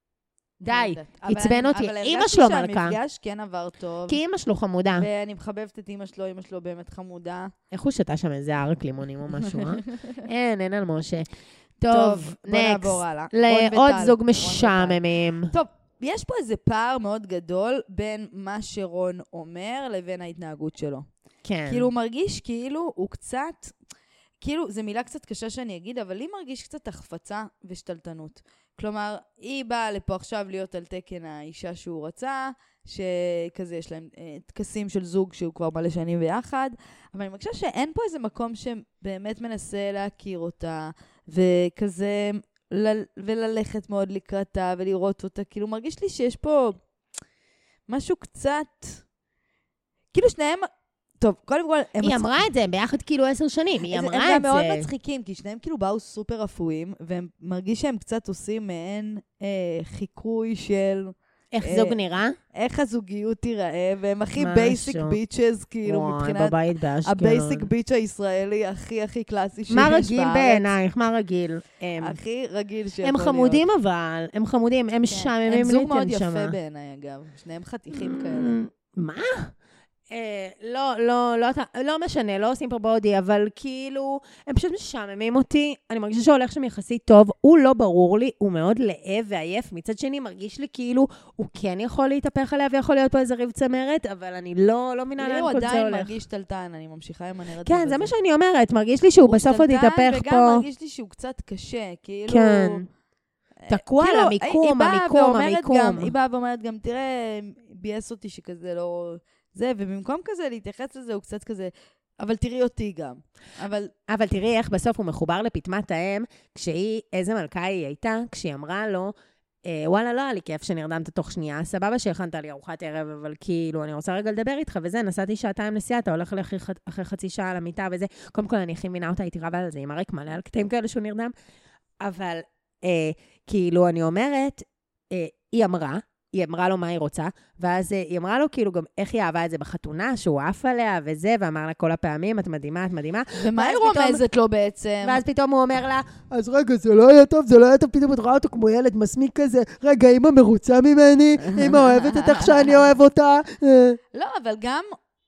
די, עצבן אותי. אמא שלו מלכה. אבל הרגשתי שהמפגש כן עבר טוב. כי אמא שלו חמודה. ואני מחבבת את אמא שלו, אמא שלו באמת חמודה. איך הוא שתה שם איזה ערק לימונים או משהו, אה? אין, אין על משה. טוב, נקסט, לעוד זוג משעממים. טוב, יש פה איזה פער מאוד גדול בין מה שרון אומר לבין ההתנהגות שלו. כן. כאילו הוא מרגיש כאילו הוא קצת, כאילו זו מילה קצת קשה שאני אגיד, אבל היא מרגיש קצת החפצה ושתלטנות. כלומר, היא באה לפה עכשיו להיות על תקן האישה שהוא רצה, שכזה יש להם תקסים של זוג שהוא כבר מלא שנים ביחד, אבל אני מרגישה שאין פה איזה מקום שבאמת מנסה להכיר אותה, וכזה, ל- וללכת מאוד לקראתה, ולראות אותה, כאילו מרגיש לי שיש פה משהו קצת, כאילו שניהם, טוב, קודם כל, היא מצ... אמרה את זה, הם ביחד כאילו עשר שנים, היא אמרה את זה. הם גם מאוד מצחיקים, כי שניהם כאילו באו סופר אפויים, והם מרגיש שהם קצת עושים מעין אה, חיקוי של... איך אה, זוג נראה? איך הזוגיות תיראה, והם הכי בייסיק ביצ'ז, כאילו וואי, מבחינת... בבית באשקלון. הבייסיק ביץ' הישראלי הכי הכי קלאסי שיש בארץ. מה רגיל בעינייך? מה רגיל? הכי רגיל שיכול להיות. הם חמודים אבל, הם חמודים, הם שעממים. הם זוג מאוד יפה בעיניי אגב, שניהם חתיכים כאלה. מה? לא, לא, לא משנה, לא עושים פה בודי, אבל כאילו, הם פשוט משעממים אותי, אני מרגישה שהולך שם יחסית טוב, הוא לא ברור לי, הוא מאוד לאב ועייף, מצד שני מרגיש לי כאילו, הוא כן יכול להתהפך עליה, ויכול להיות פה איזה ריב צמרת, אבל אני לא, לא מבינה לאן כל זה הולך. הוא עדיין מרגיש טלטן, אני ממשיכה עם הנרטיב הזה. כן, זה מה שאני אומרת, מרגיש לי שהוא בסוף עוד יתהפך פה. הוא טלטן, וגם מרגיש לי שהוא קצת קשה, כאילו... כן. תקוע על המיקום, המיקום, המיקום. היא באה ואומרת גם, תראה, בייס אותי שכזה לא... זה, ובמקום כזה להתייחס לזה, הוא קצת כזה, אבל תראי אותי גם. אבל... אבל תראי איך בסוף הוא מחובר לפתמת האם, כשהיא, איזה מלכה היא הייתה, כשהיא אמרה לו, אה, וואלה, לא היה לי כיף שנרדמת תוך שנייה, סבבה שהכנת לי ארוחת ערב, אבל כאילו, אני רוצה רגע לדבר איתך, וזה, נסעתי שעתיים נסיעה, אתה הולך אחרי, אחרי חצי שעה על המיטה, וזה, קודם כל אני הכי מינה אותה, הייתי רבה על זה, עם הרק מלא על קטעים כאלה שהוא נרדם, אבל, אה, כאילו, אני אומרת, אה, היא אמרה, היא אמרה לו מה היא רוצה, ואז היא אמרה לו כאילו גם איך היא אהבה את זה בחתונה, שהוא עף עליה וזה, ואמר לה כל הפעמים, את מדהימה, את מדהימה. ומה היא רומזת לו בעצם? ואז פתאום הוא אומר לה, אז רגע, זה לא היה טוב, זה לא היה טוב, פתאום את רואה אותו כמו ילד מסמיק כזה, רגע, אמא מרוצה ממני, אמא אוהבת את איך שאני אוהב אותה. לא, אבל גם...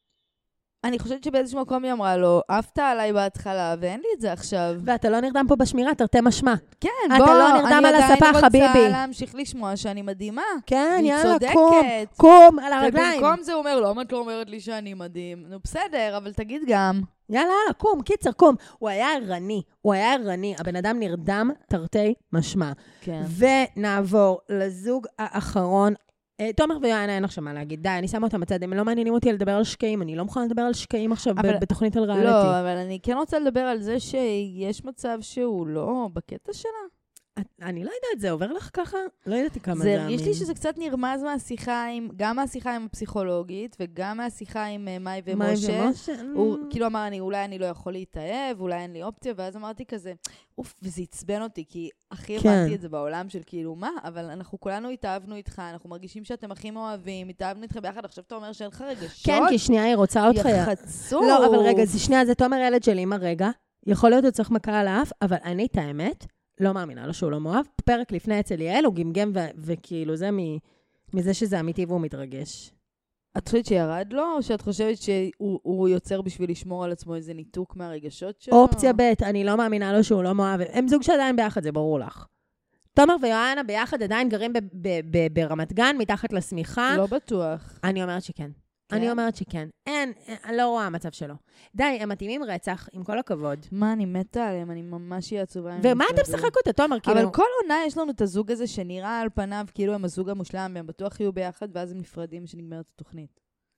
אני חושבת שבאיזשהו מקום היא אמרה לו, עפת עליי בהתחלה, ואין לי את זה עכשיו. ואתה לא נרדם פה בשמירה, תרתי משמע. כן, אתה בוא, לא נרדם על הספה, אני חביבי. עדיין רוצה להמשיך לשמוע שאני מדהימה. כן, והיא יאללה, צודקת. קום, קום על הרגליים. ובמקום זה הוא אומר, למה את לא אומרת לי שאני מדהים? נו, בסדר, אבל תגיד גם. יאללה, יאללה, קום, קיצר, קום. הוא היה ערני, הוא היה ערני. הבן אדם נרדם תרתי משמע. כן. ונעבור לזוג האחרון. תומר ויואנה, אין עכשיו מה להגיד. די, אני שמה אותם בצד, הם לא מעניינים אותי לדבר על שקעים, אני לא מוכנה לדבר על שקעים עכשיו אבל, בתוכנית על ריאליטי. לא, אבל אני כן רוצה לדבר על זה שיש מצב שהוא לא בקטע שלה. אני לא יודעת, זה עובר לך ככה? לא ידעתי כמה זה זה אמין. הרגיש לי שזה קצת נרמז מהשיחה עם, גם מהשיחה עם הפסיכולוגית, וגם מהשיחה עם מאי ומשה. מאי ומשה? הוא כאילו אמר, אני, אולי אני לא יכול להתאהב, אולי אין לי אופציה, ואז אמרתי כזה, אוף, וזה עצבן אותי, כי הכי הבנתי את זה בעולם של כאילו, מה? אבל אנחנו כולנו התאהבנו איתך, אנחנו מרגישים שאתם הכי מאוהבים, התאהבנו איתך ביחד, עכשיו אתה אומר שאין לך רגשות. כן, כי שנייה היא רוצה אותך. יחצו. לא, אבל רגע, זה שנייה, זה תומר ילד שלי, מה רגע? יכול להיות הוא צריך מכה על האף, אבל אני את האמת, לא מאמינה לו שהוא לא מאוהב. פרק לפני אצל יעל, הוא גמגם וכאילו זה מזה שזה אמיתי והוא מתרגש. את חושבת שירד לו, או שאת חושבת שהוא יוצר בשביל לשמור על עצמו איזה ניתוק מהרגשות שלו? אופציה ב', אני לא מאמינה לו שהוא לא מאוהב. הם זוג שעדיין ביחד, זה ברור לך. תומר ויואנה ביחד עדיין גרים ברמת גן, מתחת לשמיכה. לא בטוח. אני אומרת שכן. אני אומרת שכן. אין, אני לא רואה המצב שלו. די, הם מתאימים רצח, עם כל הכבוד. מה, אני מתה עליהם, אני ממש יהיה עצובה. ומה אתה משחק אותה, תומר? אבל כל עונה יש לנו את הזוג הזה שנראה על פניו כאילו הם הזוג המושלם, הם בטוח יהיו ביחד, ואז הם נפרדים שנגמרת התוכנית.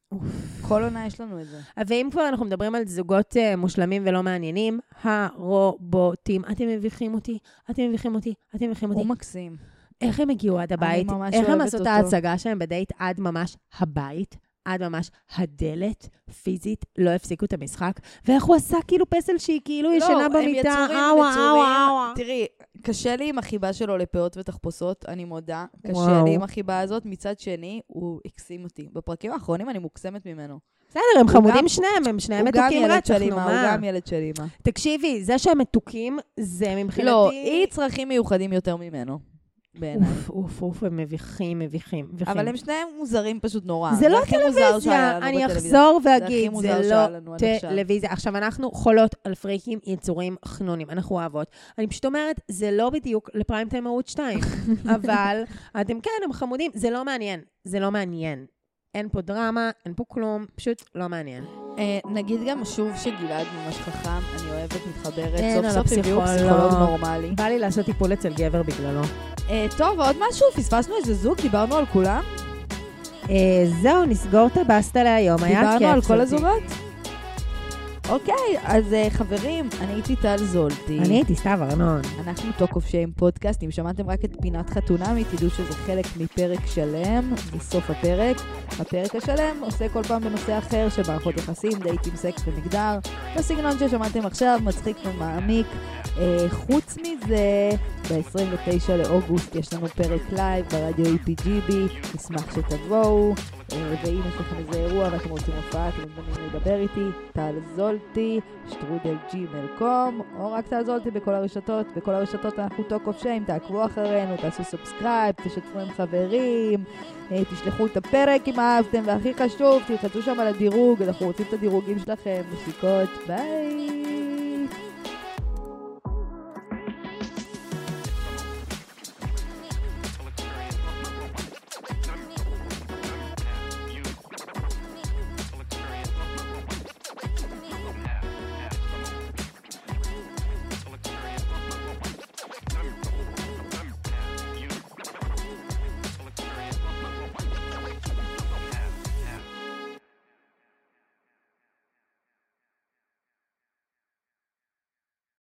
כל עונה יש לנו את זה. ואם כבר אנחנו מדברים על זוגות מושלמים ולא מעניינים, הרובוטים, אתם מביכים אותי, אתם מביכים אותי, אתם מביכים אותי. הוא מקסים. איך הם הגיעו עד הבית? איך הם עשו את ההצגה שלהם בדייט עד ממש הבית? עד ממש הדלת, פיזית, לא הפסיקו את המשחק, ואיך הוא עשה כאילו פסל שהיא כאילו ישנה במיטה, אאווה, אאווה, אאווה. תראי, קשה לי עם החיבה שלו לפאות ותחפושות, אני מודה, קשה לי עם החיבה הזאת, מצד שני, הוא הקסים אותי. בפרקים האחרונים אני מוקסמת ממנו. בסדר, הם חמודים שניהם, הם שניהם מתוקים רצח, נו מה? הוא גם ילד של אמא. תקשיבי, זה שהם מתוקים, זה מבחינתי... לא, היא צרכים מיוחדים יותר ממנו. בעיניי. אוף, אוף, אוף, הם מביכים, מביכים. אבל הם שניהם מוזרים פשוט נורא. זה לא טלוויזיה, אני אחזור ואגיד, זה לא טלוויזיה. עכשיו, אנחנו חולות על פריקים, יצורים, חנונים, אנחנו אוהבות. אני פשוט אומרת, זה לא בדיוק לפריים טיים ערוץ שתיים, אבל אתם כן, הם חמודים, זה לא מעניין, זה לא מעניין. אין פה דרמה, אין פה כלום, פשוט לא מעניין. נגיד גם שוב שגלעד ממש חכם, אני אוהבת, מתחברת, סוף סוף הביאו פסיכולוג נורמלי. בא לי לעשות טיפול אצל גבר בגללו. טוב, עוד משהו? פספסנו איזה זוג? דיברנו על כולם? זהו, נסגור את הבאסטה להיום, היה כיף. דיברנו על כל הזוגות? אוקיי, אז חברים, אני הייתי טל זולטי. אני הייתי סתיו ארנון. אנחנו טוק אוף שיים פודקאסט. אם שמעתם רק את פינת חתונמי, תדעו שזה חלק מפרק שלם, מסוף הפרק. הפרק השלם עושה כל פעם בנושא אחר של מערכות יחסים, דייטים, סקס ומגדר. בסגנון ששמעתם עכשיו, מצחיק ומעמיק. חוץ מזה, ב-עשרים ותשעה לאוגוסט יש לנו פרק לייב ברדיו אי פי ג'י בי, נשמח שתבואו. ואם יש לכם איזה אירוע ואתם רוצים הופעה, אתם מוזמנים לדבר איתי, טל זולטי, שטרודל ג'ימייל דוט קום, או רק טל זולטי בכל הרשתות. בכל הרשתות אנחנו טוק אוף שיים, תעקבו אחרינו, תעשו סאבסקרייב, תשתפו עם חברים, תשלחו את הפרק אם אהבתם, והכי חשוב, תלחצו שם על הדירוג, אנחנו רוצים את הדירוגים שלכם, נשיקות, ביי!